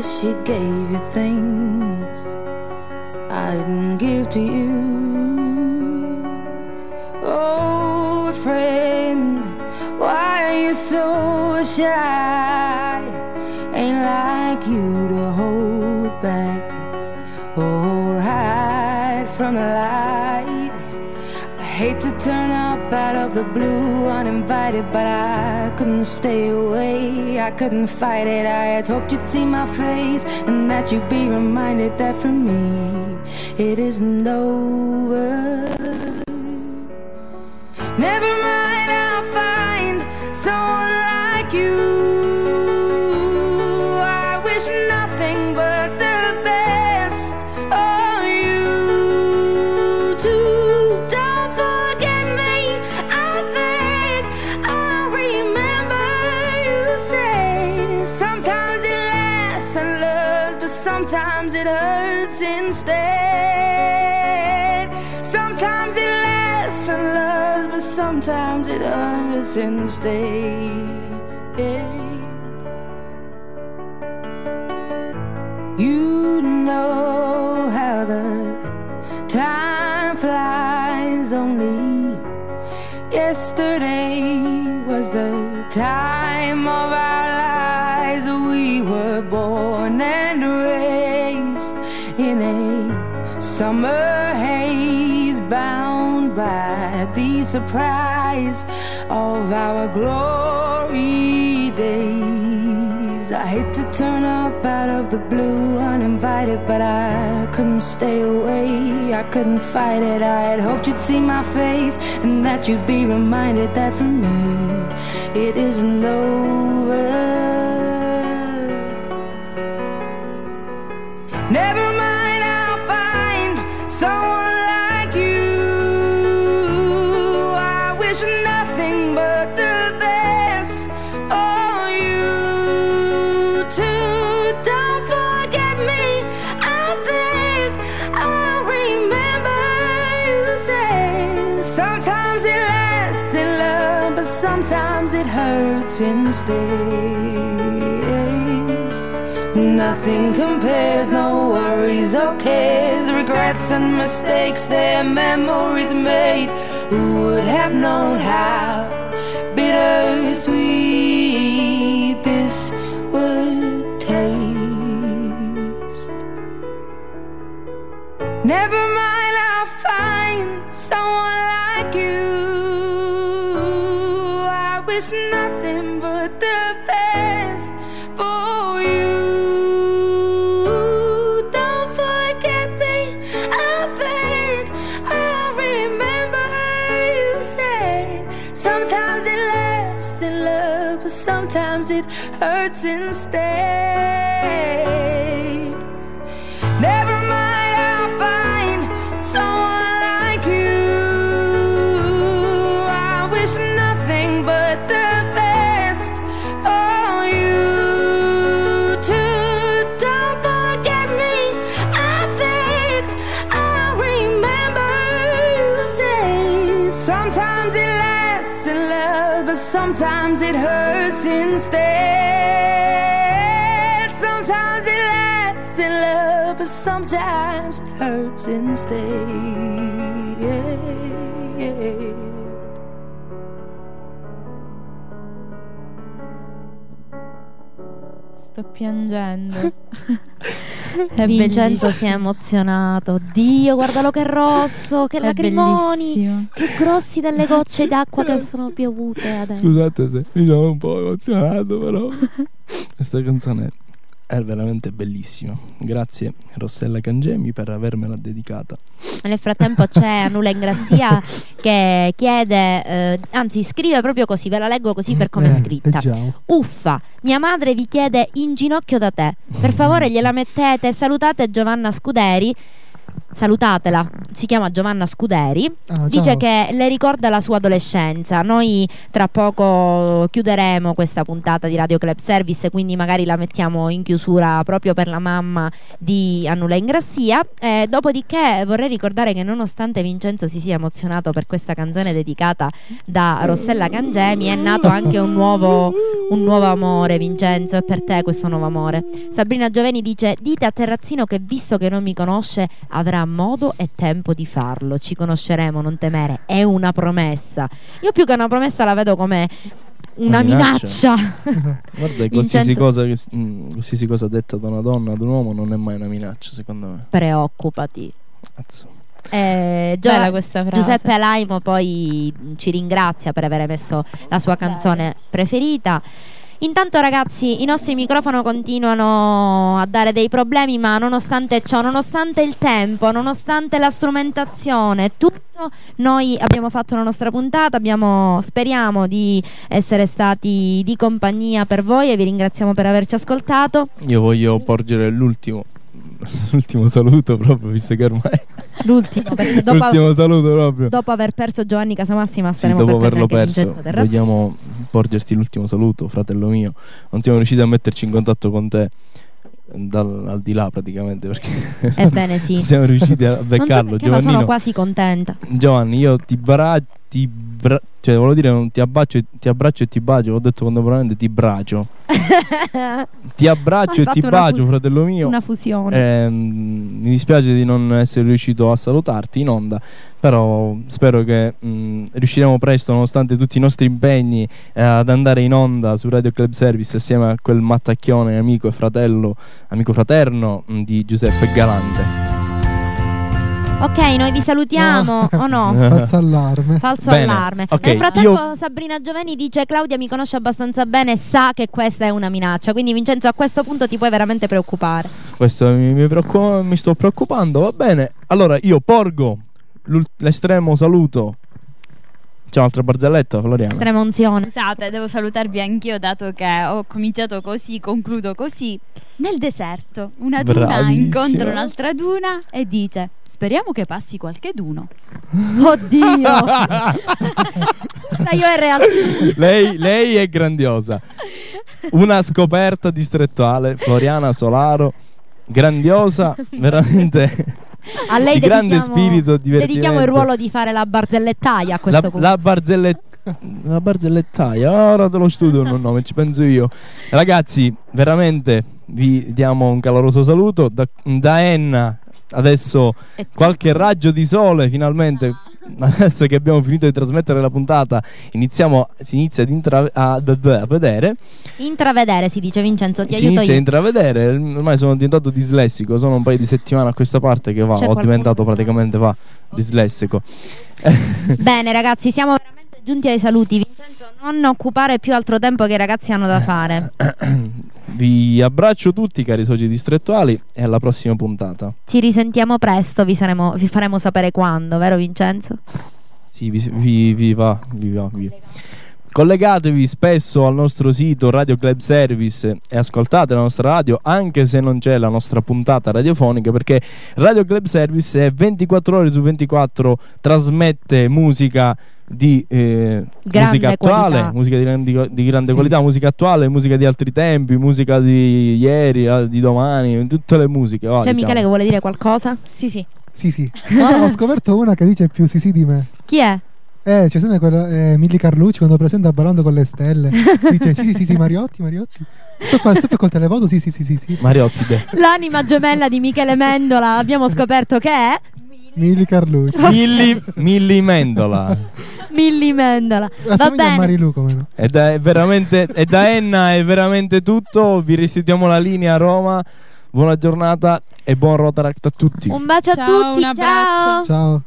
she gave you things I didn't give to you. Old friend, why are you so shy? Ain't like you to hold back or hide from the light. I hate to turn up out of the blue uninvited, but I couldn't stay away, I couldn't fight it. I had hoped you'd see my face and that you'd be reminded that for me it isn't over. Never mind, I'll find someone like you. I wish nothing but the best of you too. Don't forget me, I beg. I remember you say sometimes it lasts and loves, but sometimes it hurts instead. Sometimes it lasts and loves, but sometimes it hurts instead. You know how the time flies. Only yesterday was the time of our lives. We were born and raised in a summer haze, bound by the surprise of our glory days. I hate to turn up out of the blue uninvited, but I couldn't stay away, I couldn't fight it. I had hoped you'd see my face and that you'd be reminded that for me it isn't over. Never mind, I'll find someone like you. I wish nothing but the best for you too. Don't forget me, I beg. I remember you say sometimes it lasts in love, but sometimes it hurts instead. Nothing compares, no worries or cares, regrets and mistakes, their memories made. Who would have known how bittersweet this would taste? Never mind, I'll find someone like you. I wish nothing but the best for you. Sometimes it hurts instead. Never mind, I'll find someone like you. I wish nothing but the best for you too. Don't forget me, I begged. I remember you say sometimes it lasts in love, but sometimes it hurts instead. Sometimes it lasts in love, but sometimes it hurts instead. Sto piangendo. È Vincenzo si è emozionato. Dio, guardalo che rosso, che È lacrimoni, bellissimo. più grossi delle gocce d'acqua che sono piovute adesso. Scusate se mi sono un po' emozionato, però questa canzone è veramente bellissima. Grazie Rossella Cangemi per avermela dedicata. Nel frattempo c'è Anula Ingrassia che chiede, eh, anzi scrive proprio così, ve la leggo così per come è scritta. Uffa, mia madre vi chiede in ginocchio da te, per favore gliela mettete, salutate Giovanna Scuderi. salutatela, si chiama Giovanna Scuderi, Ah, dice ciao. che le ricorda la sua adolescenza. Noi tra poco chiuderemo questa puntata di Radio Club Service, quindi magari la mettiamo in chiusura proprio per la mamma di Annula Ingrassia. Eh, dopodiché vorrei ricordare che nonostante Vincenzo si sia emozionato per questa canzone dedicata da Rossella Cangemi, è nato anche un nuovo, un nuovo amore. Vincenzo, è per te questo nuovo amore. Sabrina Gioveni dice: dite a Terrazzino che visto che non mi conosce avrà modo e tempo di farlo, ci conosceremo, non temere, è una promessa. Io più che una promessa la vedo come una, Una minaccia. minaccia. Guarda, qualsiasi cosa, che, mh, qualsiasi cosa detta da una donna ad un uomo non è mai una minaccia, secondo me. Preoccupati. Cazzo. Eh, Gio- Bella questa frase. Giuseppe Alaimo poi ci ringrazia per aver messo la sua canzone preferita. Intanto ragazzi, i nostri microfoni continuano a dare dei problemi, ma nonostante ciò, nonostante il tempo, nonostante la strumentazione, tutto, noi abbiamo fatto la nostra puntata, abbiamo, speriamo di essere stati di compagnia per voi e vi ringraziamo per averci ascoltato. Io voglio porgere l'ultimo l'ultimo saluto proprio, visto che ormai L'ultimo, perché dopo, l'ultimo saluto proprio. dopo aver perso Giovanni Casamassima Sì, staremo dopo per averlo perdere anche perso, Vincenzo Terrazzino. vogliamo porgerti l'ultimo saluto, fratello mio. Non siamo riusciti a metterci in contatto con te dal, al di là praticamente, perché Ebbene sì. non siamo riusciti a Non so beccarlo. perché, ma sono Giovannino, quasi contenta. Giovanni, io ti bra- ti bra- cioè volevo dire non ti abbraccio, ti abbraccio e ti bacio, ho detto contemporaneamente ti bracio. Ti abbraccio Hai e ti fatto una bacio, fu- fratello mio. Una fusione. Ehm, mi dispiace di non essere riuscito a salutarti in onda, però spero che mh, riusciremo presto, nonostante tutti i nostri impegni, eh, ad andare in onda su Radio Club Service assieme a quel mattacchione amico e fratello, amico fraterno mh, di Giuseppe Galante. Ok, noi vi salutiamo o no? Falso allarme. Falso Bene, allarme. ok, Nel frattempo io- Sabrina Gioveni dice: Claudia mi conosce abbastanza bene e sa che questa è una minaccia. Quindi Vincenzo, a questo punto ti puoi veramente preoccupare. Questo mi, mi, preoccupa- mi sto preoccupando, va bene. Allora io porgo l'ul- l'estremo saluto. C'è un'altra barzelletta, Floriana? Estrema unzione. Scusate, devo salutarvi anch'io, dato che ho cominciato così, concludo così. Nel deserto, una duna Bravissima. incontra un'altra duna e dice: speriamo che passi qualcheduno. Oddio. Io in realtà lei, lei è grandiosa. Una scoperta distrettuale, Floriana Solaro, grandiosa, veramente. a lei di grande dedichiamo- spirito, divertimento. dedichiamo il ruolo di fare la barzellettaia a questo La, punto. la barzelletta la barzellettaia, ora te lo studio un nome, ci penso io. Ragazzi, veramente vi diamo un caloroso saluto da, da Enna. Adesso qualche raggio di sole finalmente. Adesso che abbiamo finito di trasmettere la puntata, iniziamo si inizia ad intra- a, a vedere. Intravedere si dice, Vincenzo, ti Si aiuto inizia a io. intravedere. Ormai sono diventato dislessico. Sono un paio di settimane a questa parte che va. C'è Ho qualcuno diventato che- praticamente va dislessico. Bene ragazzi, siamo veramente giunti ai saluti. Vincenzo, non occupare più altro tempo che i ragazzi hanno da fare. Vi abbraccio tutti, cari soci distrettuali, e alla prossima puntata. Ci risentiamo presto, vi, saremo, vi faremo sapere quando, vero Vincenzo? Sì, vi, vi, vi va, vi va, vi. Collegatevi spesso al nostro sito Radio Club Service e ascoltate la nostra radio, anche se non c'è la nostra puntata radiofonica, perché Radio Club Service è ventiquattro ore su ventiquattro, trasmette musica di eh, Grande musica attuale, qualità. musica di, grandi- di grande Sì. qualità, musica attuale, musica di altri tempi, musica di ieri, eh, di domani, tutte le musiche. va, C'è diciamo. Michele che vuole dire qualcosa? Sì, sì. Sì, sì. Ah, ho scoperto una che dice più sì sì di me. Chi è? Eh, c'è sempre quella eh, Milly Carlucci quando presenta Ballando con le stelle. Dice sì sì sì sì Mariotti, Mariotti. Sto qua sempre col televoto, sì sì sì sì sì. Mariotti de. L'anima gemella di Michele Mendola, abbiamo scoperto che è Milly Carlucci. Milli, Milli Mendola. Milli Mendola. Va Assomiglia a bene. Marilu come no. E da, è veramente, e da Enna è veramente tutto. Vi restituiamo la linea a Roma. Buona giornata e buon Rotaract a tutti. Un bacio Ciao, a tutti, un abbraccio. ciao. Ciao.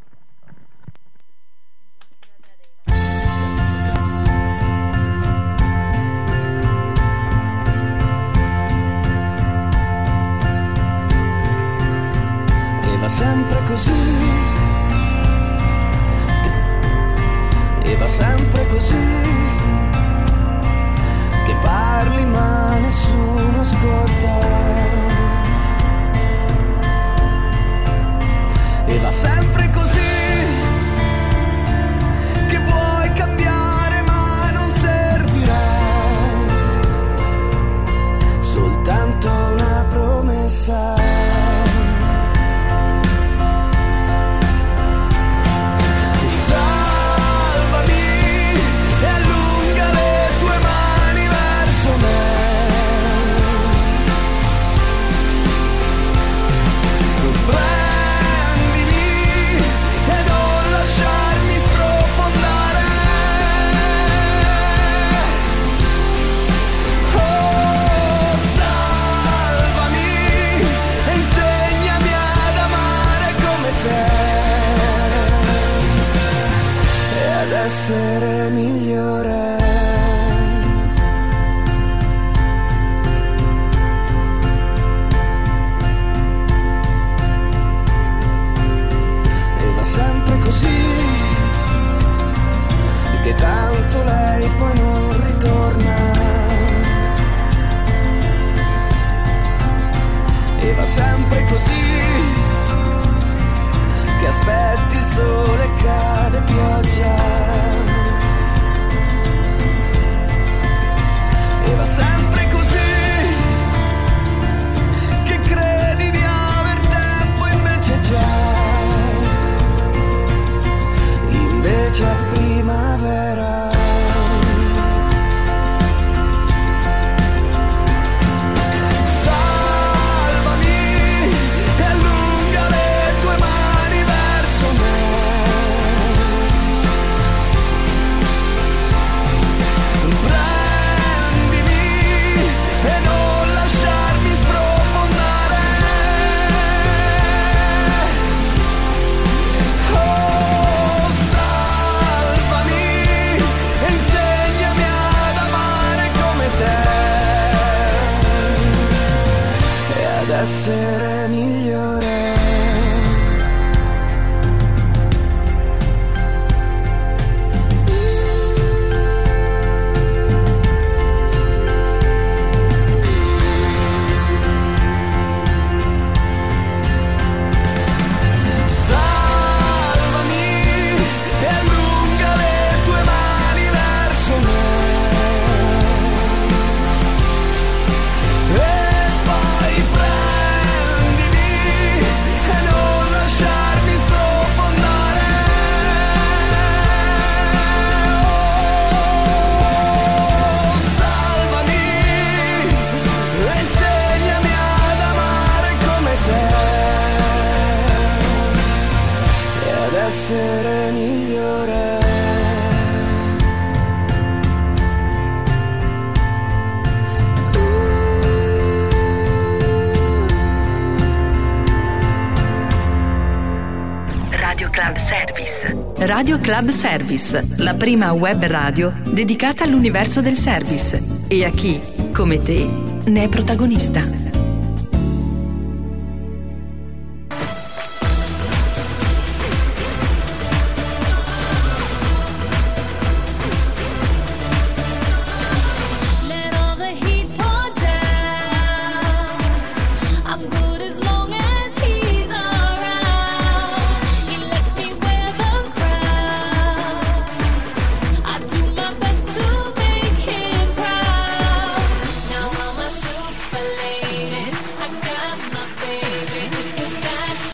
E va sempre così, e va sempre così, che parli ma nessuno ascolta. sereni gli orari. Radio Club Service. Radio Club Service, la prima web radio dedicata all'universo del service e a chi, come te, ne è protagonista.